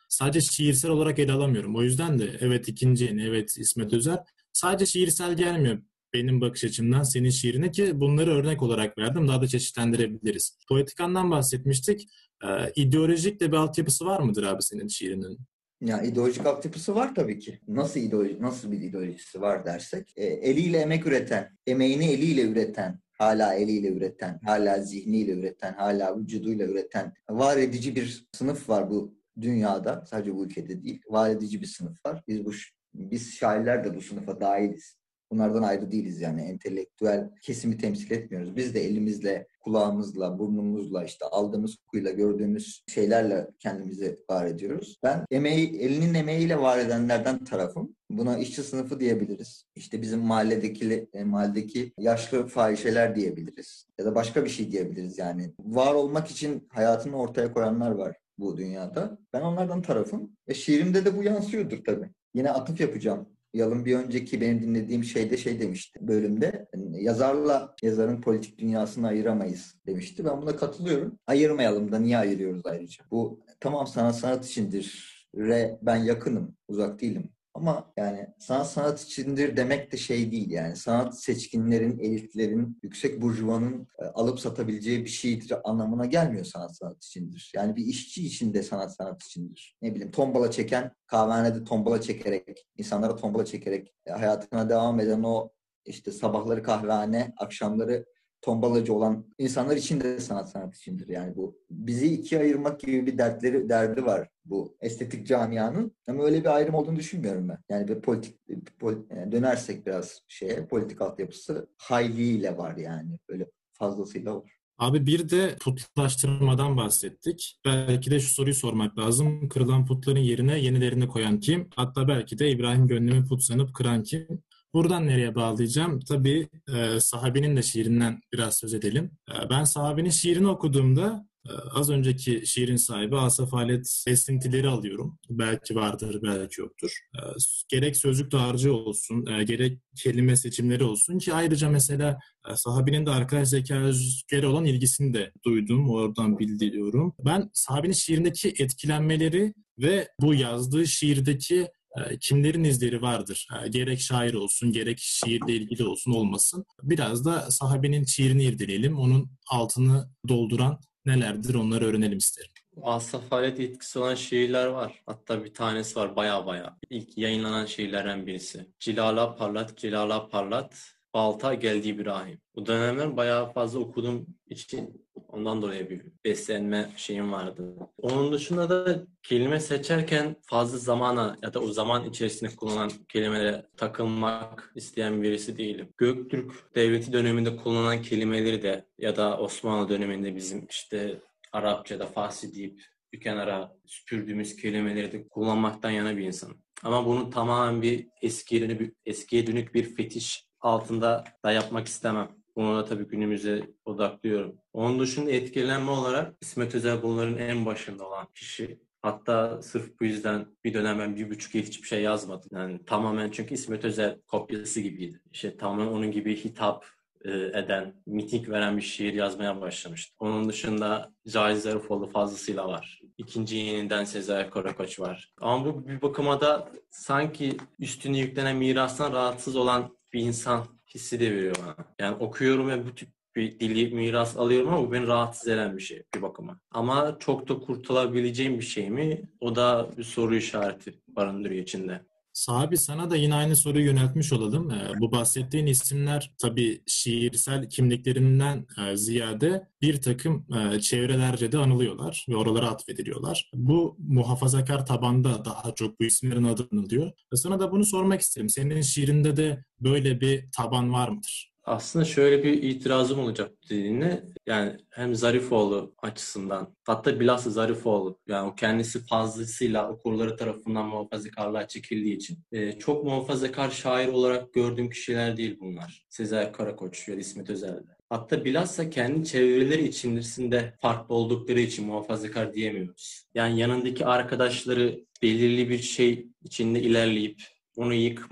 sadece şiirsel olarak ele alamıyorum. O yüzden de evet ikinci yeni, evet İsmet Özel sadece şiirsel gelmiyor benim bakış açımdan senin şiirine, ki bunları örnek olarak verdim. Daha da çeşitlendirebiliriz. Poetikan'dan bahsetmiştik. Ee, ideolojik de bir altyapısı var mıdır abi senin şiirinin? Ya ideolojik altyapısı var tabii ki. Nasıl ideoloji, nasıl bir ideolojisi var dersek, e, eliyle emek üreten, emeğini eliyle üreten, hala eliyle üreten, hala zihniyle üreten, hala vücuduyla üreten, var edici bir sınıf var bu dünyada. Sadece bu ülkede değil, var edici bir sınıf var. Biz bu biz şairler de bu sınıfa dahiliz. Bunlardan ayrı değiliz yani. Entelektüel kesimi temsil etmiyoruz. Biz de elimizle, kulağımızla, burnumuzla, işte aldığımız kokuyla, gördüğümüz şeylerle kendimizi var ediyoruz. Ben emeği, elinin emeğiyle var edenlerden tarafım. Buna işçi sınıfı diyebiliriz. İşte bizim mahalledeki, mahalledeki yaşlı fahişeler diyebiliriz. Ya da başka bir şey diyebiliriz yani. Var olmak için hayatını ortaya koyanlar var bu dünyada. Ben onlardan tarafım. Ve şiirimde de bu yansıyordur tabii. Yine atıf yapacağım. Yalın bir önceki benim dinlediğim şeyde şey demişti bölümde. Yani yazarla yazarın politik dünyasını ayıramayız demişti. Ben buna katılıyorum. Ayırmayalım da niye ayırıyoruz ayrıca? Bu tamam sanat sanat içindir. Re ben yakınım, uzak değilim. Ama yani sanat sanat içindir demek de şey değil yani. Sanat seçkinlerin, elitlerin, yüksek burjuvanın e, alıp satabileceği bir şeydir anlamına gelmiyor sanat sanat içindir. Yani bir işçi için de sanat sanat içindir. Ne bileyim tombala çeken, kahvehanede tombala çekerek, insanlara tombala çekerek e, hayatına devam eden o işte sabahları kahvehane, akşamları tombalacı olan insanlar için de sanat sanat içindir. Yani bu bizi ikiye ayırmak gibi bir dertleri derdi var bu estetik camianın. Ama öyle bir ayrım olduğunu düşünmüyorum ben. Yani bir politik bir pol- yani dönersek biraz şeye politik altyapısı hayliyle var yani. Böyle fazlasıyla var. Abi bir de putlaştırmadan bahsettik. Belki de şu soruyu sormak lazım. Kırılan putların yerine yenilerini koyan kim? Hatta belki de İbrahim Gönlüm'ü put sanıp kıran kim? Buradan nereye bağlayacağım? Tabii e, Sahabi'nin de şiirinden biraz söz edelim. E, ben Sahabi'nin şiirini okuduğumda e, az önceki şiirin sahibi Asaf Halet esintileri alıyorum. Belki vardır, belki yoktur. E, gerek sözlük dağarcığı olsun, e, gerek kelime seçimleri olsun ki ayrıca mesela e, Sahabi'nin de arkadaş zekâsına olan ilgisini de duydum, oradan bildiriyorum. Ben Sahabi'nin şiirindeki etkilenmeleri ve bu yazdığı şiirdeki e, kimlerin izleri vardır. E, gerek şair olsun, gerek şiirle ilgili olsun olmasın. Biraz da sahabenin şiirini irdeleyelim. Onun altını dolduran nelerdir onları öğrenelim isterim. Asaf Halet etkisi olan şiirler var. Hatta bir tanesi var baya baya. İlk yayınlanan şiirlerden birisi. Cilala parlat, cilala parlat, balta geldi İbrahim. Bu dönemler bayağı fazla okuduğum için ondan dolayı bir beslenme şeyim vardı. Onun dışında da kelime seçerken fazla zamana ya da o zaman içerisinde kullanılan kelimelere takılmak isteyen birisi değilim. Göktürk Devleti döneminde kullanılan kelimeleri de ya da Osmanlı döneminde bizim işte Arapçada Farsi deyip bir kenara süpürdüğümüz kelimeleri de kullanmaktan yana bir insanım. Ama bunu tamamen bir eskiye, bir eskiye dönük bir fetiş altında da yapmak istemem. Bunu da tabii günümüze odaklıyorum. Onun dışında etkilenme olarak İsmet Özel bunların en başında olan kişi. Hatta sırf bu yüzden bir dönem ben bir buçuk yıl hiçbir şey yazmadım. Yani tamamen çünkü İsmet Özel kopyası gibiydi. İşte tamamen onun gibi hitap eden, miting veren bir şiir yazmaya başlamıştı. Onun dışında Cahit Zarifoğlu fazlasıyla var. İkinci yeniden Sezai Karakoç var. Ama bu bir bakıma da sanki üstüne yüklenen mirastan rahatsız olan bir insan hissi de veriyor bana. Yani okuyorum ve bu tip bir dili miras alıyorum ama bu beni rahatsız eden bir şey bir bakıma. Ama çok da kurtulabileceğim bir şey mi? O da bir soru işareti barındırıyor içinde. Sahabi sana da yine aynı soruyu yöneltmiş olalım. Ee, bu bahsettiğin isimler tabii şiirsel kimliklerinden e, ziyade bir takım e, çevrelerce de anılıyorlar ve oralara atfediliyorlar. Bu muhafazakar tabanda daha çok bu isimlerin adı anılıyor. Ve sana da bunu sormak isterim. Senin şiirinde de böyle bir taban var mıdır? Aslında şöyle bir itirazım olacak dediğine, yani hem Zarifoğlu açısından, hatta bilhassa Zarifoğlu, yani o kendisi fazlasıyla okurları tarafından muhafazakarlığa çekildiği için e, çok muhafazakar şair olarak gördüğüm kişiler değil bunlar. Sezai Karakoç ya da İsmet Özel'de. Hatta bilhassa kendi çevreleri içerisinde farklı oldukları için muhafazakar diyemiyoruz. Yani yanındaki arkadaşları belirli bir şey içinde ilerleyip onu yıkma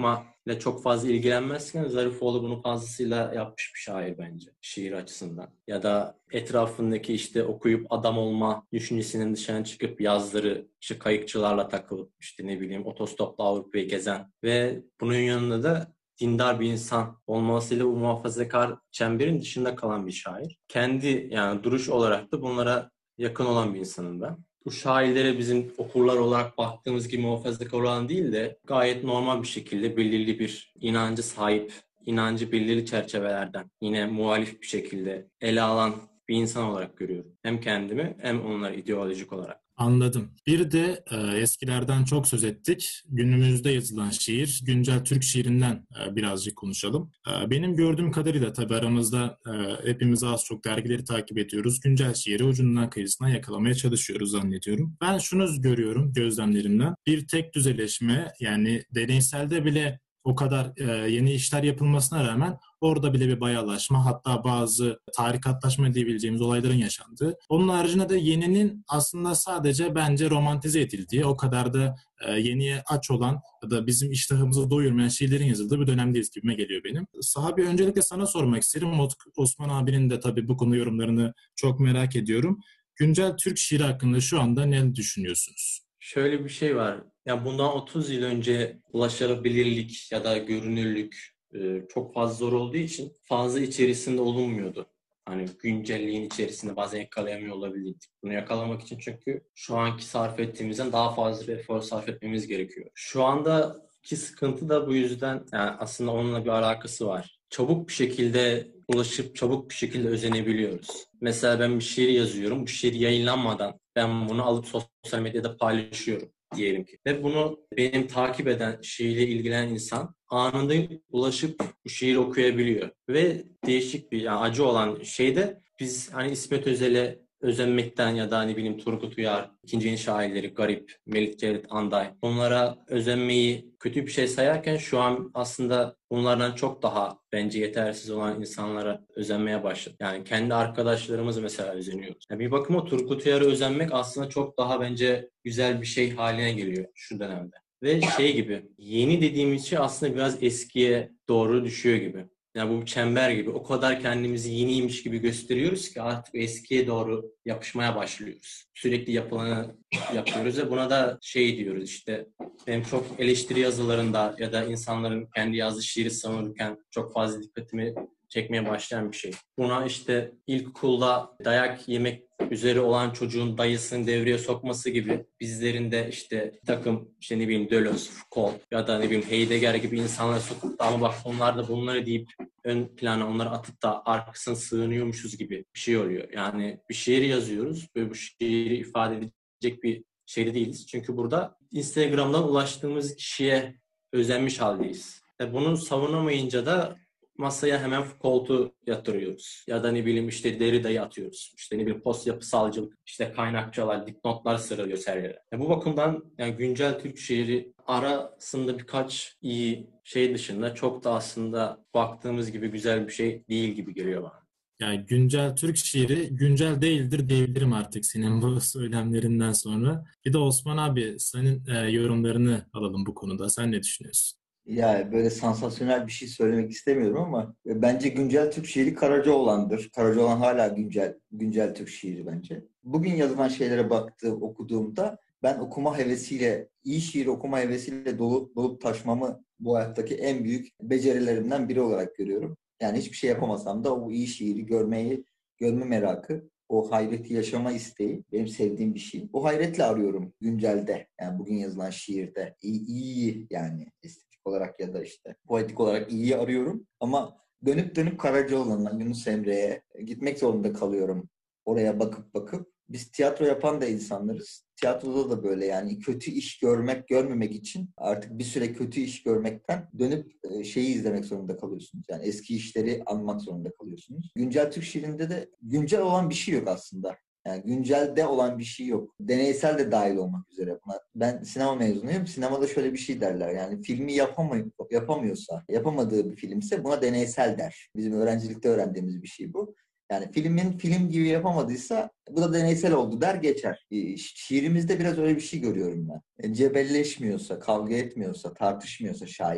ile çok fazla ilgilenmezken Zarifoğlu bunu fazlasıyla yapmış bir şair bence şiir açısından. Ya da etrafındaki işte okuyup adam olma düşüncesinin dışına çıkıp yazları işte kayıkçılarla takılıp işte ne bileyim otostopla Avrupa'yı gezen ve bunun yanında da dindar bir insan olmasıyla bu muhafazakar çemberin dışında kalan bir şair. Kendi yani duruş olarak da bunlara yakın olan bir insanım ben. Bu şairlere bizim okurlar olarak baktığımız gibi muhafazakar olan değil de gayet normal bir şekilde belirli bir inancı sahip, inancı belirli çerçevelerden yine muhalif bir şekilde ele alan bir insan olarak görüyorum. Hem kendimi hem onları ideolojik olarak. Anladım. Bir de e, eskilerden çok söz ettik. Günümüzde yazılan şiir, güncel Türk şiirinden e, birazcık konuşalım. E, benim gördüğüm kadarıyla tabii aramızda e, hepimiz az çok dergileri takip ediyoruz. Güncel şiiri ucundan kıyısına yakalamaya çalışıyoruz zannediyorum. Ben şunu görüyorum gözlemlerimden. Bir tek düzeleşme, yani deneyselde bile o kadar e, yeni işler yapılmasına rağmen orada bile bir bayalaşma, hatta bazı tarikatlaşma diyebileceğimiz olayların yaşandığı. Onun haricinde de yeninin aslında sadece bence romantize edildiği, o kadar da e, yeniye aç olan ya da bizim iştahımızı doyurmayan şiirlerin yazıldığı bir dönemdeyiz gibime geliyor benim. Sahabi, öncelikle sana sormak isterim. Osman abinin de tabii bu konu yorumlarını çok merak ediyorum. Güncel Türk şiiri hakkında şu anda ne düşünüyorsunuz? Şöyle bir şey var. Ya bundan otuz yıl önce ulaşılabilirlik ya da görünürlük e, çok fazla zor olduğu için fazla içerisinde olunmuyordu. Hani güncelliğin içerisinde bazen yakalayamıyor olabilirdik. Bunu yakalamak için çünkü şu anki sarf ettiğimizden daha fazla bir efor sarf etmemiz gerekiyor. Şu andaki sıkıntı da bu yüzden, yani aslında onunla bir alakası var. Çabuk bir şekilde ulaşıp çabuk bir şekilde özenebiliyoruz. Mesela ben bir şiir yazıyorum. Bu şiir yayınlanmadan ben bunu alıp sosyal medyada paylaşıyorum diyelim ki. Ve bunu benim takip eden, şiirle ilgilenen insan anında ulaşıp bu şiiri okuyabiliyor. Ve değişik bir, yani acı olan şey de biz hani İsmet Özel'e özenmekten ya da ne bileyim Turgut Uyar, ikinci yeni şairleri Garip, Melik Cevdet Anday, onlara özenmeyi kötü bir şey sayarken şu an aslında bunlardan çok daha bence yetersiz olan insanlara özenmeye başladı. Yani kendi arkadaşlarımız mesela özeniyoruz. Yani bir bakıma Turgut Uyar'a özenmek aslında çok daha bence güzel bir şey haline geliyor şu dönemde. Ve şey gibi, yeni dediğimiz şey aslında biraz eskiye doğru düşüyor gibi. Yani bu bir çember gibi. O kadar kendimizi yeniymiş gibi gösteriyoruz ki artık eskiye doğru yapışmaya başlıyoruz. Sürekli yapılanı yapıyoruz ve buna da şey diyoruz işte, benim çok eleştiri yazılarında ya da insanların kendi yazdığı şiiri savunurken çok fazla dikkatimi çekmeye başlayan bir şey. Buna işte ilkokulda dayak yemek üzere olan çocuğun dayısını devreye sokması gibi bizlerin de işte bir takım işte ne bileyim Deleuze, Foucault ya da ne bileyim Heidegger gibi insanlara sokup da ama bak onlar da bunları deyip ön plana onları atıp da arkasına sığınıyormuşuz gibi bir şey oluyor. Yani bir şiir yazıyoruz ve bu şiiri ifade edecek bir şeyde değiliz. Çünkü burada Instagram'dan ulaştığımız kişiye özenmiş haldeyiz. E bunu savunamayınca da masaya hemen Foucault'u yatırıyoruz. Ya da ne bileyim işte Derrida'yı atıyoruz. İşte ne bileyim post yapısalcılık, işte kaynakçalar, dipnotlar sıralıyor her yere. Yani bu bakımdan yani güncel Türk şiiri arasında birkaç iyi şey dışında çok da aslında baktığımız gibi güzel bir şey değil gibi geliyor bana. Yani güncel Türk şiiri güncel değildir diyebilirim artık senin bu söylemlerinden sonra. Bir de Osman abi, senin e, yorumlarını alalım bu konuda. Sen ne düşünüyorsun? Ya böyle sansasyonel bir şey söylemek istemiyorum ama bence güncel Türk şiiri Karacaoğlan'dır. Karacaoğlan hala güncel güncel Türk şiiri bence. Bugün yazılan şeylere baktığım, okuduğumda ben okuma hevesiyle, iyi şiir okuma hevesiyle dolup, dolup taşmamı bu hayattaki en büyük becerilerimden biri olarak görüyorum. Yani hiçbir şey yapamasam da o iyi şiiri görmeyi, görme merakı, o hayreti yaşama isteği benim sevdiğim bir şey. O hayretle arıyorum güncelde, yani bugün yazılan şiirde. İyi, iyi yani olarak ya da işte poetik olarak iyi arıyorum. Ama dönüp dönüp Karacaoğlan'la, Yunus Emre'ye gitmek zorunda kalıyorum. Oraya bakıp bakıp. Biz tiyatro yapan da insanlarız. Tiyatroda da böyle, yani kötü iş görmek, görmemek için artık bir süre kötü iş görmekten dönüp şeyi izlemek zorunda kalıyorsunuz. Yani eski işleri anmak zorunda kalıyorsunuz. Güncel Türk şiirinde de güncel olan bir şey yok aslında. Yani güncelde olan bir şey yok. Deneysel de dahil olmak üzere buna. Ben sinema mezunuyum. Sinemada şöyle bir şey derler. Yani filmi yapamıyor, yapamıyorsa, yapamadığı bir filmse buna deneysel der. Bizim öğrencilikte öğrendiğimiz bir şey bu. Yani filmin film gibi yapamadıysa bu da deneysel oldu der geçer. E, şiirimizde biraz öyle bir şey görüyorum ben. E, cebelleşmiyorsa, kavga etmiyorsa, tartışmıyorsa şair.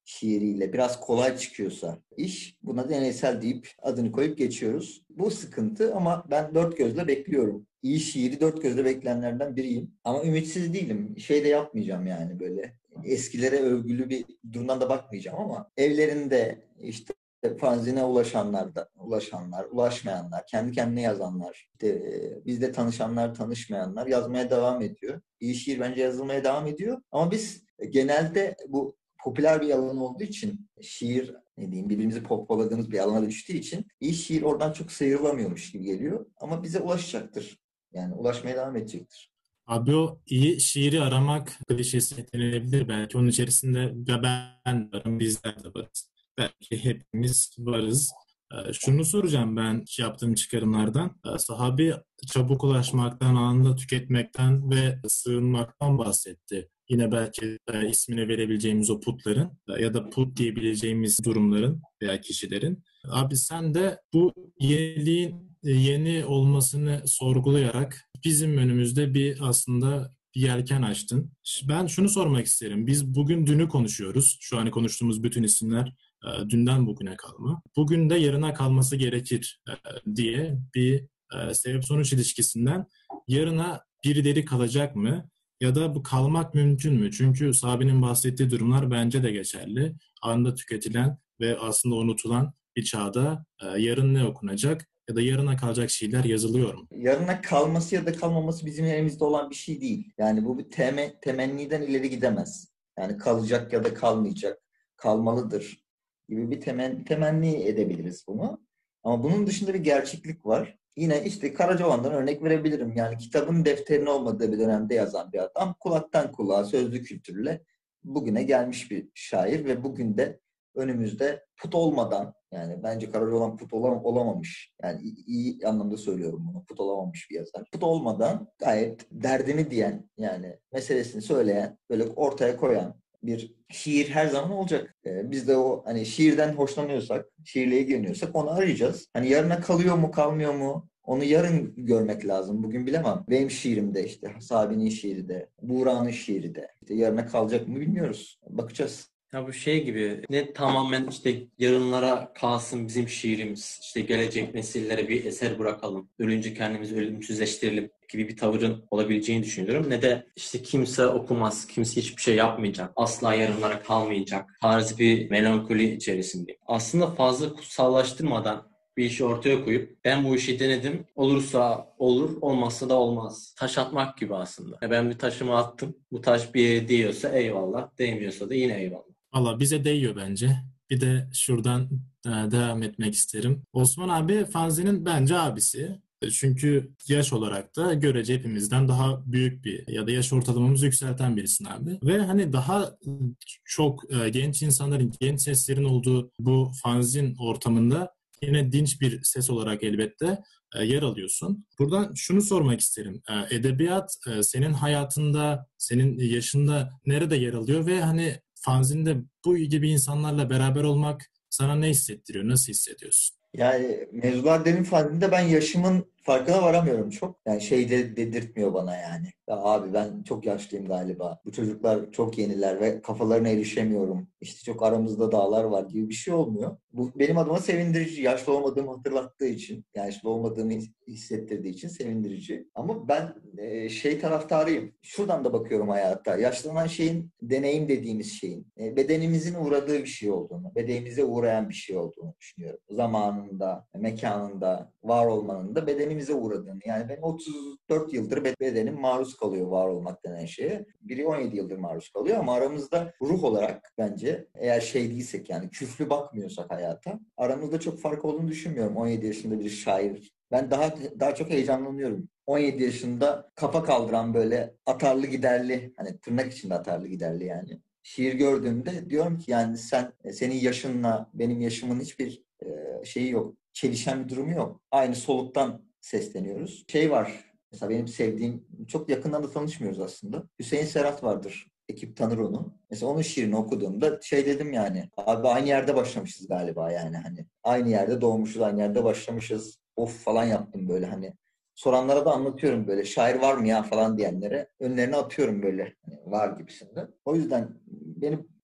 şiiriyle biraz kolay çıkıyorsa iş, buna deneysel deyip adını koyup geçiyoruz. Bu sıkıntı ama ben dört gözle bekliyorum. İyi şiiri dört gözle bekleyenlerden biriyim. Ama ümitsiz değilim. Şey de yapmayacağım yani böyle. Eskilere övgülü bir durumdan da bakmayacağım ama evlerinde işte fanzine ulaşanlar da ulaşanlar, ulaşmayanlar, kendi kendine yazanlar, işte e, bizle tanışanlar, tanışmayanlar yazmaya devam ediyor. İyi şiir bence yazılmaya devam ediyor. Ama biz genelde bu popüler bir alan olduğu için şiir ne diyeyim birbirimizi pohpohladığımız bir alana düştüğü için iyi şiir oradan çok sıyrılamıyormuş gibi geliyor. Ama bize ulaşacaktır. Yani ulaşmaya devam edecektir. Abi o iyi şiiri aramak klişesi denilebilir. Belki onun içerisinde ya ben varım, bizler de varız. Belki hepimiz varız. Ee, Şunu soracağım ben yaptığım çıkarımlardan. Ee, Sahabi çabuk ulaşmaktan, anında tüketmekten ve sığınmaktan bahsetti. Yine belki e, ismini verebileceğimiz o putların e, ya da put diyebileceğimiz durumların veya kişilerin. Abi sen de bu yeniliğin e, yeni olmasını sorgulayarak bizim önümüzde bir aslında bir yelken açtın. Ben şunu sormak isterim. Biz bugün dünü konuşuyoruz. Şu an konuştuğumuz bütün isimler e, dünden bugüne kalma. Bugün de yarına kalması gerekir e, diye bir e, sebep-sonuç ilişkisinden yarına birileri kalacak mı? Ya da bu kalmak mümkün mü? Çünkü Sabi'nin bahsettiği durumlar bence de geçerli. Anında tüketilen ve aslında unutulan bir çağda e, yarın ne okunacak ya da yarına kalacak şeyler yazılıyor mu? Yarına kalması ya da kalmaması bizim elimizde olan bir şey değil. Yani bu bir teme, temenniden ileri gidemez. Yani kalacak ya da kalmayacak, kalmalıdır gibi bir temen, temenni edebiliriz bunu. Ama bunun dışında bir gerçeklik var. Yine işte Karacaoğlan'dan örnek verebilirim. Yani kitabın defterinin olmadığı bir dönemde yazan bir adam kulaktan kulağa sözlü kültürle bugüne gelmiş bir şair ve bugün de önümüzde put olmadan yani bence Karacaoğlan put olam olamamış. Yani iyi, iyi anlamda söylüyorum bunu. Put olamamış bir yazar. Put olmadan gayet derdini diyen yani meselesini söyleyen böyle ortaya koyan bir şiir her zaman olacak. Ee, biz de o hani şiirden hoşlanıyorsak, şiirle ilgileniyorsak onu arayacağız. Hani yarına kalıyor mu, kalmıyor mu? Onu yarın görmek lazım. Bugün bilemem. Benim şiirimde işte, Sabi'nin şiiri de, Buğra'nın şiiri de. İşte yarına kalacak mı bilmiyoruz. Bakacağız. Ya bu şey gibi ne tamamen işte yarınlara kalsın bizim şiirimiz, işte gelecek nesillere bir eser bırakalım, ölünce kendimizi ölümsüzleştirelim gibi bir tavırın olabileceğini düşünüyorum. Ne de işte kimse okumaz, kimse hiçbir şey yapmayacak, asla yarınlara kalmayacak tarzı bir melankoli içerisindeyim. Aslında fazla kutsallaştırmadan bir işi ortaya koyup ben bu işi denedim. Olursa olur, olmazsa da olmaz. Taş atmak gibi aslında. Ya ben bir taşımı attım. Bu taş bir yere değiyorsa eyvallah, değmiyorsa da yine eyvallah. Valla bize değiyor bence. Bir de şuradan e, devam etmek isterim. Osman abi Fanzi'nin bence abisi. E, Çünkü yaş olarak da görece hepimizden daha büyük bir ya da yaş ortalamamızı yükselten birisin abi. Ve hani daha çok e, genç insanların, genç seslerin olduğu bu fanzin ortamında yine dinç bir ses olarak elbette e, yer alıyorsun. Buradan şunu sormak isterim. E, Edebiyat e, senin hayatında, senin yaşında nerede yer alıyor ve hani fanzinde bu gibi insanlarla beraber olmak sana ne hissettiriyor? Nasıl hissediyorsun? Yani Mevzular Derin Fanzinde ben yaşımın farkına varamıyorum çok. Yani şey de dedirtmiyor bana yani. Ya abi ben çok yaşlıyım galiba. Bu çocuklar çok yeniler ve kafalarına erişemiyorum. İşte çok aramızda dağlar var gibi bir şey olmuyor. Bu benim adıma sevindirici. Yaşlı olmadığımı hatırlattığı için, yaşlı olmadığımı hissettirdiği için sevindirici. Ama ben e, şey taraftarıyım. Şuradan da bakıyorum hayata. Yaşlanan şeyin, deneyim dediğimiz şeyin, e, bedenimizin uğradığı bir şey olduğunu, bedenimize uğrayan bir şey olduğunu düşünüyorum. Zamanında, mekanında, var olmanın da bedenimize uğradığını. Yani ben otuz dört yıldır bedenim maruz kalıyor var olmak denen şeye. Biri on yedi yıldır maruz kalıyor ama aramızda ruh olarak bence eğer şey değilsek yani küflü bakmıyorsak hayata aramızda çok fark olduğunu düşünmüyorum. on yedi yaşında bir şair. Ben daha daha çok heyecanlanıyorum. on yedi yaşında kafa kaldıran böyle atarlı giderli hani tırnak içinde atarlı giderli yani. Şiir gördüğümde diyorum ki yani sen senin yaşınla benim yaşımın hiçbir e, şeyi yok. Çelişen bir durumu yok. Aynı soluktan sesleniyoruz. Şey var. Mesela benim sevdiğim, çok yakından da tanışmıyoruz aslında. Hüseyin Serhat vardır. Ekip tanır onu. Mesela onun şiirini okuduğumda şey dedim yani. Abi aynı yerde başlamışız galiba yani hani. Aynı yerde doğmuşuz, aynı yerde başlamışız. Of falan yaptım böyle hani. Soranlara da anlatıyorum böyle. Şair var mı ya falan diyenlere. Önlerine atıyorum böyle. Hani var gibisinde. O yüzden beni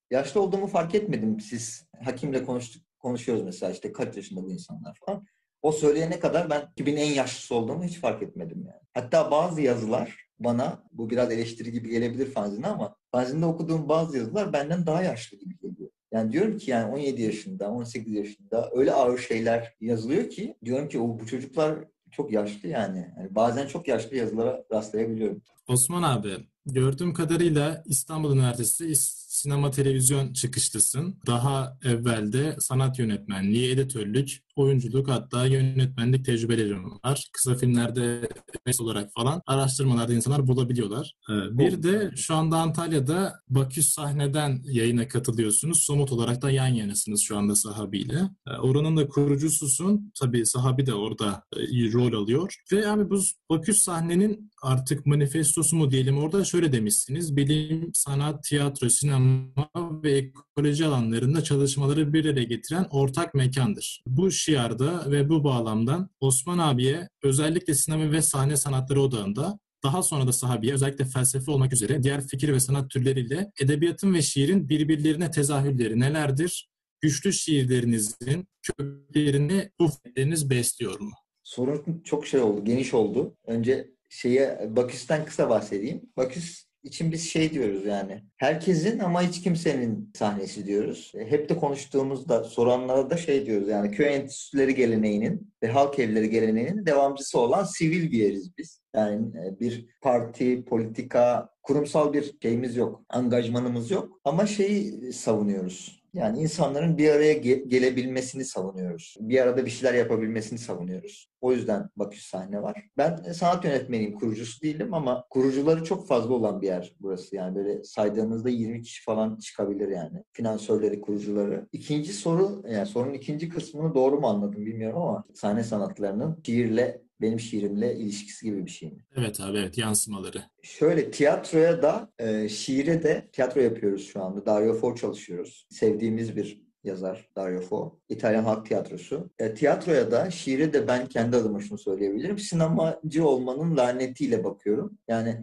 yaşlı olduğumu fark etmedim. Siz Hakim'le konuştuk, konuşuyoruz mesela işte kaç yaşında bu insanlar falan. O söyleyene kadar ben iki bin en yaşlısı olduğumu hiç fark etmedim yani. Hatta bazı yazılar bana, bu biraz eleştiri gibi gelebilir fanzine ama fanzinde okuduğum bazı yazılar benden daha yaşlı gibi geliyor. Yani diyorum ki yani on yedi yaşında, on sekiz yaşında öyle ağır şeyler yazılıyor ki diyorum ki o bu çocuklar çok yaşlı yani. Yani bazen çok yaşlı yazılara rastlayabiliyorum. Osman abi, gördüğüm kadarıyla İstanbul Üniversitesi sinema televizyon çıkışlısın. Daha evvelde sanat yönetmenliği, editörlük, oyunculuk hatta yönetmenlik tecrübelerim var. Kısa filmlerde mes olarak falan araştırmalarda insanlar bulabiliyorlar. Ee, Bir de şu anda Antalya'da Baküs Sahne'den yayına katılıyorsunuz. Somut olarak da yan yanasınız şu anda Sahabi'yle. Ee, Oranın da kurucususun. Tabii Sahabi de orada e, rol alıyor. Ve abi bu Baküs Sahne'nin artık manifestosu mu diyelim, orada şöyle demişsiniz: bilim, sanat, tiyatro, sinema ve ekoloji alanlarında çalışmaları bir araya getiren ortak mekandır. Bu şiarda ve bu bağlamdan Osman abiye özellikle sinema ve sahne sanatları odağında, daha sonra da Sahabi'ye özellikle felsefe olmak üzere diğer fikir ve sanat türleriyle edebiyatın ve şiirin birbirlerine tezahürleri nelerdir? Güçlü şiirlerinizin köklerini bu fikirleriniz besliyor mu? Sorun çok şey oldu, geniş oldu. Önce şeye Baküs'ten kısa bahsedeyim. Baküs için biz şey diyoruz yani. Herkesin ama hiç kimsenin sahnesi diyoruz. Hep de konuştuğumuzda, soranlara da şey diyoruz yani köy enstitüleri geleneğinin ve halk evleri geleneğinin devamcısı olan sivil bir yeriz biz. Yani bir parti, politika, kurumsal bir şeyimiz yok, angajmanımız yok. Ama şeyi savunuyoruz. Yani insanların bir araya ge- gelebilmesini savunuyoruz. Bir arada bir şeyler yapabilmesini savunuyoruz. O yüzden Baküs Sahne var. Ben sanat yönetmeniyim, kurucusu değilim ama kurucuları çok fazla olan bir yer burası. Yani böyle saydığımızda yirmi kişi falan çıkabilir yani. Finansörleri, kurucuları. İkinci soru, yani sorunun ikinci kısmını doğru mu anladım bilmiyorum ama sahne sanatlarının şiirle, benim şiirimle ilişkisi gibi bir şey mi? Evet abi, evet, yansımaları. Şöyle tiyatroya da, e, şiire de tiyatro yapıyoruz şu anda. Dario Fo çalışıyoruz. Sevdiğimiz bir yazar Dario Fo. İtalyan Halk Tiyatrosu. E, tiyatroya da, şiire de ben kendi adıma şunu söyleyebilirim. Sinemacı olmanın lanetiyle bakıyorum. Yani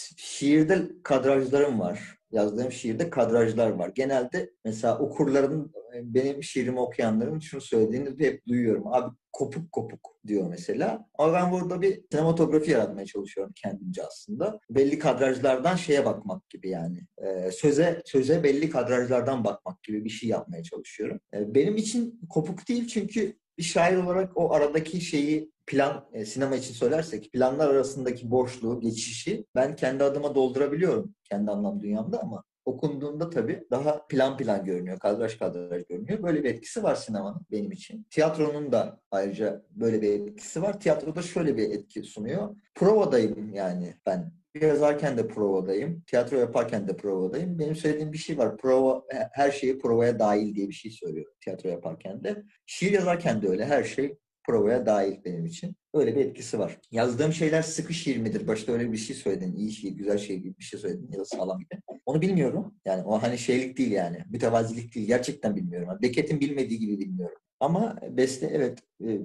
şiirde kadrajlarım var. Yazdığım şiirde kadrajlar var. Genelde mesela okurların, benim şiirimi okuyanların şunu söylediğini de hep duyuyorum. Abi kopuk kopuk diyor mesela. Ama ben burada bir sinematografi yaratmaya çalışıyorum kendimce aslında. Belli kadrajlardan şeye bakmak gibi yani. Ee, söze söze belli kadrajlardan bakmak gibi bir şey yapmaya çalışıyorum. Ee, benim için kopuk değil çünkü bir şair olarak o aradaki şeyi plan, e, sinema için söylersek planlar arasındaki boşluğu, geçişi ben kendi adıma doldurabiliyorum kendi anlam dünyamda ama okunduğunda tabii daha plan plan görünüyor, kadraj kadraj görünüyor. Böyle bir etkisi var sinemanın benim için. Tiyatronun da ayrıca böyle bir etkisi var. Tiyatroda şöyle bir etki sunuyor. Provadayım yani ben. Yazarken de provadayım. Tiyatro yaparken de provadayım. Benim söylediğim bir şey var. Prova, her şeyi provaya dahil diye bir şey söylüyorum tiyatro yaparken de. Şiir yazarken de öyle. Her şey provaya dahil benim için. Öyle bir etkisi var. Yazdığım şeyler sıkı şiir midir? Başta öyle bir şey söyledin. İyi şiir, güzel şiir gibi bir şey söyledin ya da sağlam gibi. Onu bilmiyorum. Yani o hani şeylik değil yani. Mütevazilik değil. Gerçekten bilmiyorum. Becket'in bilmediği gibi bilmiyorum. Ama beste evet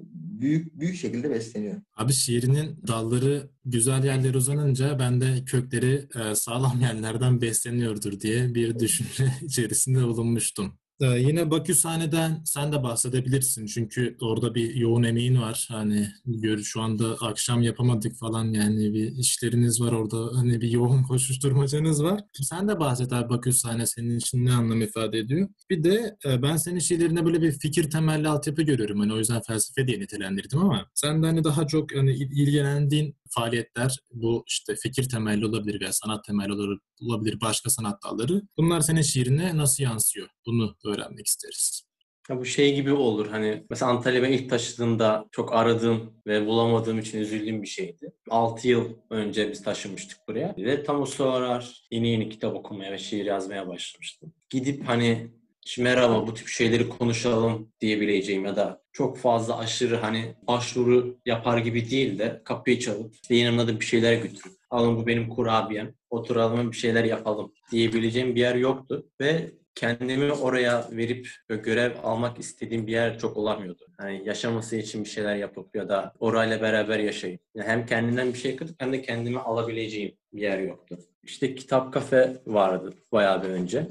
büyük büyük şekilde besleniyor. Abi şiirinin dalları güzel yerlere uzanınca ben de kökleri e, sağlam yerlerden besleniyordur diye bir düşünce içerisinde bulunmuştum. Ee, yine Baküshane'den sen de bahsedebilirsin. Çünkü orada bir yoğun emeğin var. Hani gör, şu anda akşam yapamadık falan, yani bir işleriniz var orada. Hani bir yoğun koşuşturmacanız var. Sen de bahset abi, Baküshane senin için ne anlam ifade ediyor? Bir de e, ben senin şiirlerinde böyle bir fikir temelli altyapı görüyorum. Hani o yüzden felsefe diye nitelendirdim ama sen de hani daha çok hani ilgilendiğin faaliyetler bu işte fikir temelli olabilir veya sanat temelli olabilir, başka sanat dalları. Bunlar senin şiirine nasıl yansıyor? Bunu öğrenmek isteriz. Ya bu şey gibi olur hani mesela Antalya'ya ben ilk taşıdığımda çok aradığım ve bulamadığım için üzüldüğüm bir şeydi. altı yıl önce biz taşınmıştık buraya ve tam o sıralar yeni yeni kitap okumaya ve şiir yazmaya başlamıştım. Gidip hani merhaba bu tip şeyleri konuşalım diyebileceğim ya da çok fazla aşırı hani başvuru yapar gibi değil de kapıyı çalıp işte yanımda da bir şeyler götürüp alın bu benim kurabiyem, oturalım bir şeyler yapalım diyebileceğim bir yer yoktu ve kendimi oraya verip görev almak istediğim bir yer çok olamıyordu. Yani yaşaması için bir şeyler yapıp ya da orayla beraber yaşayıp yani hem kendimden bir şey katıp hem de kendimi alabileceğim bir yer yoktu. İşte kitap kafe vardı bayağı bir önce.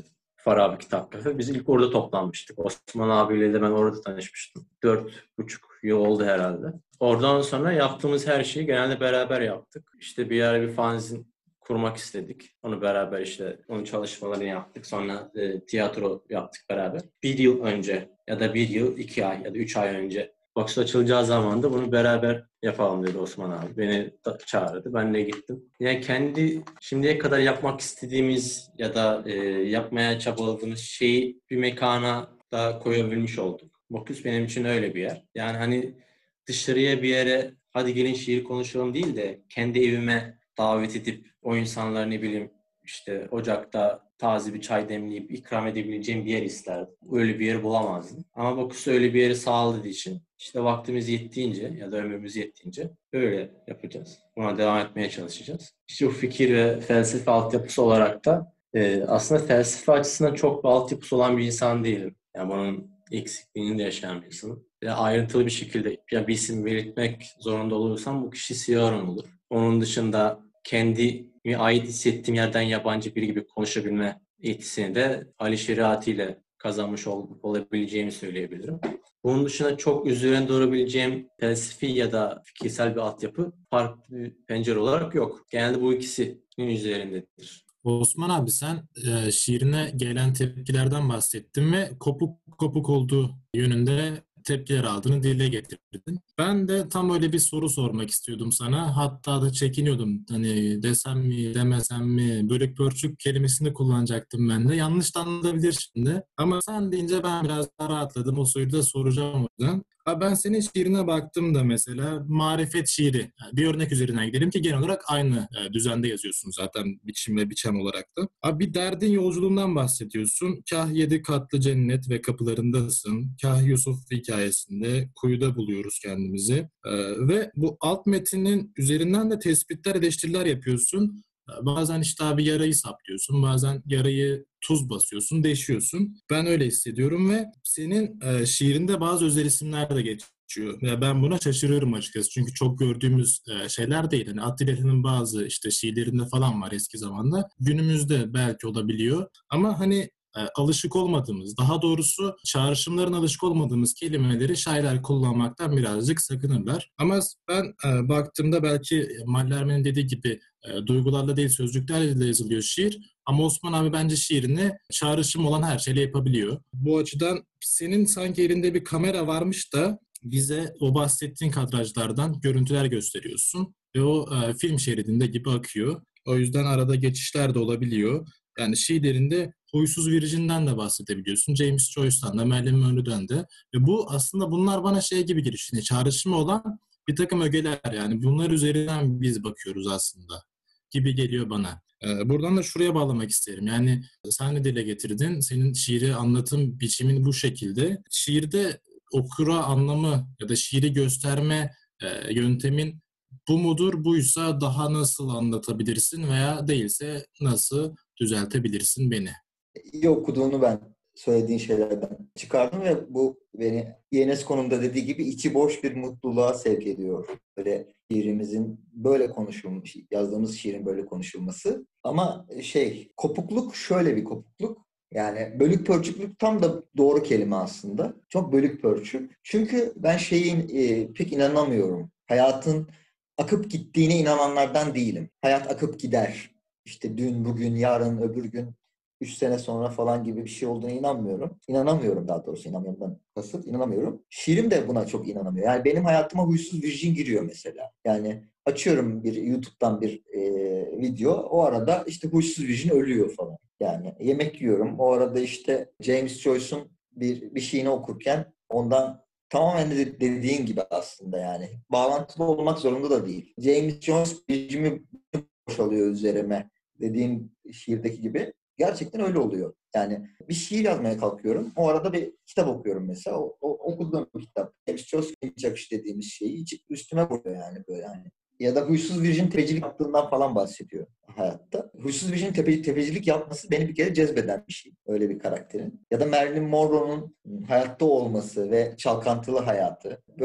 Farabi Kitap Kafe. Biz ilk orada toplanmıştık. Osman abiyle de ben orada tanışmıştım. Dört buçuk yıl oldu herhalde. Oradan sonra yaptığımız her şeyi genelde beraber yaptık. İşte bir ara bir fanzin kurmak istedik. Onu beraber işte onun çalışmalarını yaptık. Sonra e, tiyatro yaptık beraber. Bir yıl önce ya da bir yıl, iki ay ya da üç ay önce Vox açılacağı zaman da bunu beraber yapalım dedi Osman abi. Beni da çağırdı. Ben de gittim. Yani kendi şimdiye kadar yapmak istediğimiz ya da e, yapmaya çabaladığımız şeyi bir mekana da koyabilmiş olduk. Vox benim için öyle bir yer. Yani hani dışarıya bir yere hadi gelin şiir konuşalım değil de kendi evime davet edip o insanlar ne bileyim işte ocakta taze bir çay demleyip ikram edebileceğim bir yer isterdim. Öyle bir yer bulamazdım. Ama Vox öyle bir yeri sağladığı için işte vaktimiz yettiğince ya da ömrümüz yettiğince böyle yapacağız. Buna devam etmeye çalışacağız. İşte bu fikir ve felsefe altyapısı olarak da e, aslında felsefe açısından çok bir altyapısı olan bir insan değilim. Yani bunun eksikliğini de yaşayan bir insanım. Ve ayrıntılı bir şekilde ya bir isim belirtmek zorunda olursam bu kişi Siaran olur. Onun dışında kendimi ait hissettiğim yerden yabancı biri gibi konuşabilme yetisini de Ali Şeriati ile kazanmış ol, olabileceğimi söyleyebilirim. Bunun dışında çok üzerine durabileceğim felsefi ya da fikirsel bir altyapı farklı bir pencere olarak yok. Genelde bu ikisinin üzerindedir. Osman abi sen e, şiirine gelen tepkilerden bahsettin ve kopuk kopuk olduğu yönünde tepkiler aldığını dile getirdin. Ben de tam öyle bir soru sormak istiyordum sana. Hatta da çekiniyordum. Hani desem mi demesem mi bölük pörçük kelimesini kullanacaktım ben de. Yanlış da anlayabilir şimdi. Ama sen deyince ben biraz daha rahatladım. O soruyu da soracağım o yüzden. Ha ben senin şiirine baktığımda mesela marifet şiiri. Yani bir örnek üzerinden gidelim ki genel olarak aynı e, düzende yazıyorsun zaten biçim ve biçem olarak da. Ha bir derdin yolculuğundan bahsediyorsun. Kah yedi katlı cennet ve kapılarındasın. Kah Yusuf hikayesinde kuyuda buluyoruz kendimizi. E, ve bu alt metinin üzerinden de tespitler, eleştiriler yapıyorsun. Bazen işte abi yarayı saplıyorsun, bazen yarayı tuz basıyorsun, deşiyorsun. Ben öyle hissediyorum ve senin e, şiirinde bazı özel isimler de geçiyor. Ya ben buna şaşırıyorum açıkçası. Çünkü çok gördüğümüz e, şeyler değil. Hani Atilla'nın bazı işte şiirlerinde falan var eski zamanda. Günümüzde belki olabiliyor. Ama hani e, alışık olmadığımız, daha doğrusu çağrışımların alışık olmadığımız kelimeleri şairler kullanmaktan birazcık sakınırlar. Ama ben e, baktığımda belki Mallarme'nin dediği gibi e, duygularla değil sözcüklerle de yazılıyor şiir. Ama Osman abi bence şiirini çağrışım olan her şeyle yapabiliyor. Bu açıdan senin sanki elinde bir kamera varmış da bize o bahsettiğin kadrajlardan görüntüler gösteriyorsun. Ve o e, film şeridinde gibi akıyor. O yüzden arada geçişler de olabiliyor. Yani şiirlerinde Huysuz Virgin'den de bahsedebiliyorsun. James Joyce'dan da, Marilyn Monroe'dan da. Ve bu aslında bunlar bana şey gibi geliyor. Şimdi çağrışımı olan bir takım ögeler yani. Bunlar üzerinden biz bakıyoruz aslında gibi geliyor bana. Ee, buradan da şuraya bağlamak isterim. Yani sen de dile getirdin. Senin şiiri anlatım biçimin bu şekilde. Şiirde okura anlamı ya da şiiri gösterme e, yöntemin bu mudur? Buysa daha nasıl anlatabilirsin veya değilse nasıl düzeltebilirsin beni? İyi okuduğunu ben söylediğin şeylerden çıkardım ve bu beni Ionesco'nun da dediği gibi içi boş bir mutluluğa sevk ediyor. Böyle şiirimizin böyle konuşulmuş, yazdığımız şiirin böyle konuşulması. Ama şey, kopukluk şöyle bir kopukluk. Yani bölük pörçüklük tam da doğru kelime aslında. Çok bölük pörçük. Çünkü ben şeyin e, pek inanamıyorum. Hayatın akıp gittiğine inananlardan değilim. Hayat akıp gider. İşte dün, bugün, yarın, öbür gün, üç sene sonra falan gibi bir şey olduğuna inanmıyorum. İnanamıyorum daha doğrusu. İnanmıyorum kasıt. İnanamıyorum. Şiirim de buna çok inanamıyor. Yani benim hayatıma Huysuz Virgin giriyor mesela. Yani açıyorum bir YouTube'dan bir e, video. O arada işte Huysuz Virgin ölüyor falan. Yani yemek yiyorum. O arada işte James Joyce'un bir, bir şeyini okurken ondan tamamen de dediğin gibi aslında yani. Bağlantılı olmak zorunda da değil. James Joyce biricimi boşalıyor üzerime dediğim şiirdeki gibi. Gerçekten öyle oluyor. Yani bir şiir yazmaya kalkıyorum. O arada bir kitap okuyorum mesela. O, o okuduğum bir kitap. James Joyce'un çakış dediğimiz şeyi hiç üstüme koyuyor yani böyle yani. Ya da Huysuz Virgin tepecilik yaptığından falan bahsediyor hayatta. Huysuz Virgin tepe, tepecilik yapması beni bir kere cezbeden bir şey. Öyle bir karakterin. Ya da Marilyn Monroe'nun hayatta olması ve çalkantılı hayatı. Böyle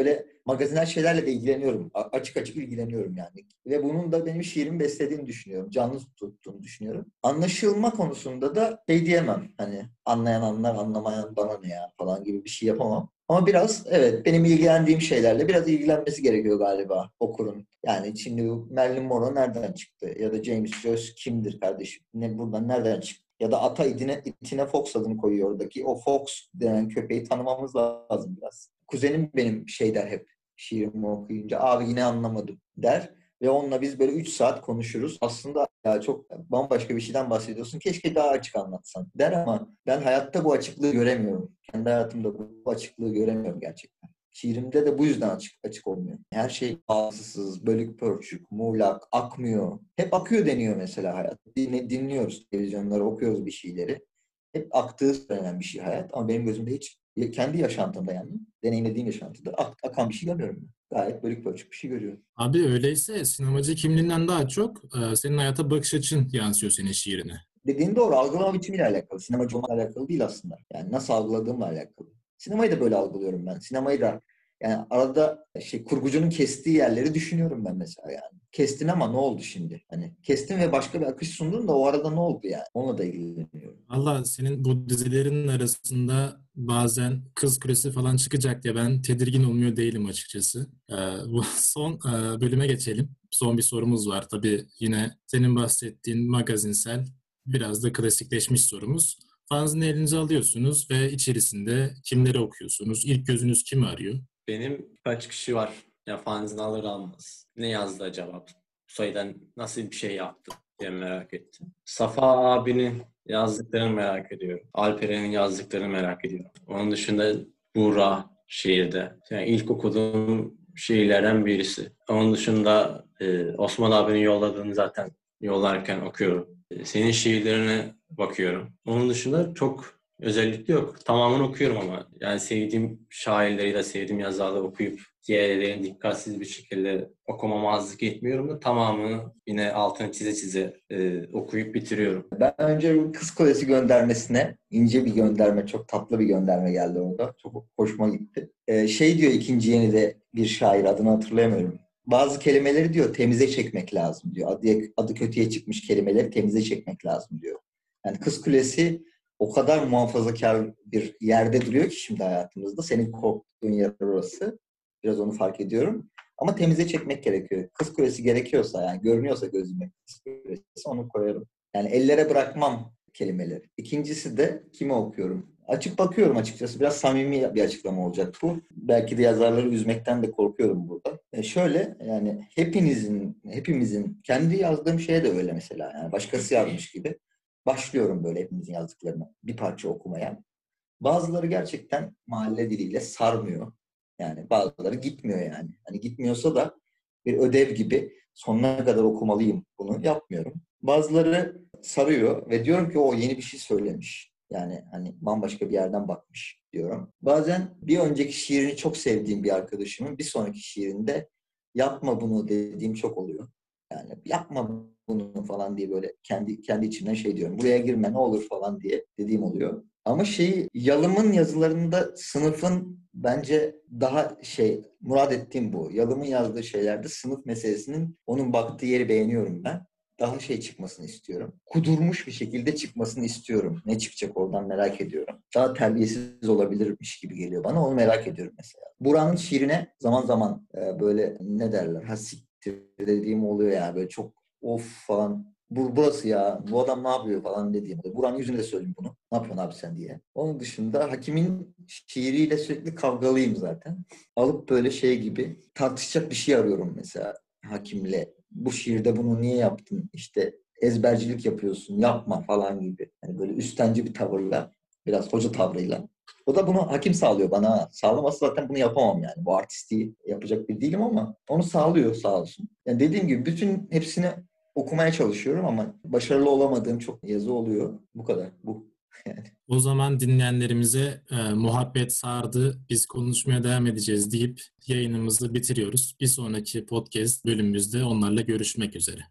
magazinel şeylerle de ilgileniyorum. A- açık açık ilgileniyorum yani. Ve bunun da benim şiirimi beslediğini düşünüyorum. Canlı tuttuğunu düşünüyorum. Anlaşılma konusunda da şey diyemem. Hani anlayan anlar, anlamayan bana ne ya falan gibi bir şey yapamam. Ama biraz evet benim ilgilendiğim şeylerle biraz ilgilenmesi gerekiyor galiba okurun. Yani şimdi bu Marilyn Monroe nereden çıktı? Ya da James Joyce kimdir kardeşim? Ne buradan nereden çıktı? Ya da ata itine, itine Fox adını koyuyor oradaki. O Fox denen köpeği tanımamız lazım biraz. Kuzenim benim şey der hep şiirimi okuyunca. Abi yine anlamadım der. Ve onunla biz böyle üç saat konuşuruz. Aslında ya çok bambaşka bir şeyden bahsediyorsun. Keşke daha açık anlatsan der ama ben hayatta bu açıklığı göremiyorum. Kendi hayatımda bu açıklığı göremiyorum gerçekten. Şiirimde de bu yüzden açık açık olmuyor. Her şey ağzısız, bölük pörçük, muğlak, akmıyor. Hep akıyor deniyor mesela hayat. Din, dinliyoruz televizyonları, okuyoruz bir şeyleri. Hep aktığı söylenen bir şey hayat. Ama benim gözümde hiç kendi yaşantımda yani deneyimlediğim yaşantıda ak, akan bir şey görmüyorum. Ben. Gayet bölük pörçük bir şey görüyorum. Abi öyleyse sinemacı kimliğinden daha çok e, senin hayata bakış açın yansıyor senin şiirine. Dediğin doğru. Algılama biçimiyle alakalı. Sinemacı olmakla alakalı değil aslında. Yani nasıl algıladığımla alakalı. Sinemayı da böyle algılıyorum ben. Sinemayı da yani arada şey kurgucunun kestiği yerleri düşünüyorum ben mesela yani. Kestin ama ne oldu şimdi? Hani kestin ve başka bir akış sundun da o arada ne oldu yani? Onunla da ilgileniyorum. Valla senin bu dizilerin arasında bazen Kız Kulesi falan çıkacak diye ben tedirgin olmuyor değilim açıkçası. Ee, bu son e, bölüme geçelim. Son bir sorumuz var. Tabii yine senin bahsettiğin magazinsel, biraz da klasikleşmiş sorumuz. Fanzini elinize alıyorsunuz ve içerisinde kimleri okuyorsunuz? İlk gözünüz kimi arıyor? Benim birkaç kişi var. Ya fanzini alır almaz. Ne yazdı acaba? Soydan nasıl bir şey yaptı diye merak ettim. Safa abinin yazdıklarını merak ediyorum. Alperen'in yazdıklarını merak ediyorum. Onun dışında Buğra şiirde. Yani ilk okuduğum şiirlerden birisi. Onun dışında e, Osman abinin yolladığını zaten yollarken okuyorum. E, senin şiirlerine bakıyorum. Onun dışında çok özellikle yok. Tamamını okuyorum ama yani sevdiğim şairleri de sevdiğim yazarları okuyup diğerlerini dikkatsiz bir şekilde okumamazlık etmiyorum da tamamını yine altını çize çize e, okuyup bitiriyorum. Ben önce Kız Kulesi göndermesine ince bir gönderme, çok tatlı bir gönderme geldi orada. Çok hoşuma gitti. Ee, şey diyor ikinci yeni de bir şair adını hatırlayamıyorum. Bazı kelimeleri diyor temize çekmek lazım diyor. Adı, adı kötüye çıkmış kelimeleri temize çekmek lazım diyor. Yani Kız Kulesi o kadar muhafazakar bir yerde duruyor ki şimdi hayatımızda. Senin korktuğun yer orası. Biraz onu fark ediyorum. Ama temize çekmek gerekiyor. Kız Kulesi gerekiyorsa yani görünüyorsa gözüme Kız Kulesi onu koyarım. Yani ellere bırakmam kelimeleri. İkincisi de kimi okuyorum? Açıp bakıyorum açıkçası. Biraz samimi bir açıklama olacak bu. Belki de yazarları üzmekten de korkuyorum burada. E şöyle yani hepinizin, hepimizin kendi yazdığım şeye de öyle mesela. Yani başkası yazmış gibi. Başlıyorum böyle hepimizin yazdıklarını bir parça okumaya. Bazıları gerçekten mahalle diliyle sarmıyor. Yani bazıları gitmiyor yani. Hani gitmiyorsa da bir ödev gibi sonuna kadar okumalıyım bunu yapmıyorum. Bazıları sarıyor ve diyorum ki o yeni bir şey söylemiş. Yani hani bambaşka bir yerden bakmış diyorum. Bazen bir önceki şiirini çok sevdiğim bir arkadaşımın bir sonraki şiirinde yapma bunu dediğim çok oluyor. Yani yapma bunu falan diye böyle kendi kendi içimden şey diyorum. Buraya girme ne olur falan diye dediğim oluyor. Ama şeyi Yalım'ın yazılarında sınıfın bence daha şey murad ettiğim bu. Yalım'ın yazdığı şeylerde sınıf meselesinin onun baktığı yeri beğeniyorum ben. Daha şey çıkmasını istiyorum. Kudurmuş bir şekilde çıkmasını istiyorum. Ne çıkacak oradan merak ediyorum. Daha terbiyesiz olabilirmiş gibi geliyor bana. Onu merak ediyorum mesela. Buranın şiirine zaman zaman e, böyle ne derler? Ha siktir dediğim oluyor yani. Böyle çok of falan. Bu, burası ya. Bu adam ne yapıyor falan dediğim oluyor. Buranın yüzünde söyleyeyim bunu. Ne yapıyorsun abi sen diye. Onun dışında Hakim'in şiiriyle sürekli kavgalıyım zaten. Alıp böyle şey gibi tartışacak bir şey arıyorum mesela Hakim'le. Bu şiirde bunu niye yaptın? İşte ezbercilik yapıyorsun, yapma falan gibi. Yani böyle üstenci bir tavırla, biraz hoca tavrıyla. O da bunu Hakim sağlıyor bana. Sağlamazsa zaten bunu yapamam yani. Bu artistliği yapacak bir değilim ama onu sağlıyor sağ olsun. Yani dediğim gibi bütün hepsini okumaya çalışıyorum ama başarılı olamadığım çok yazı oluyor. Bu kadar. Bu. Yani. O zaman dinleyenlerimize e, muhabbet sardı, biz konuşmaya devam edeceğiz deyip yayınımızı bitiriyoruz. Bir sonraki podcast bölümümüzde onlarla görüşmek üzere.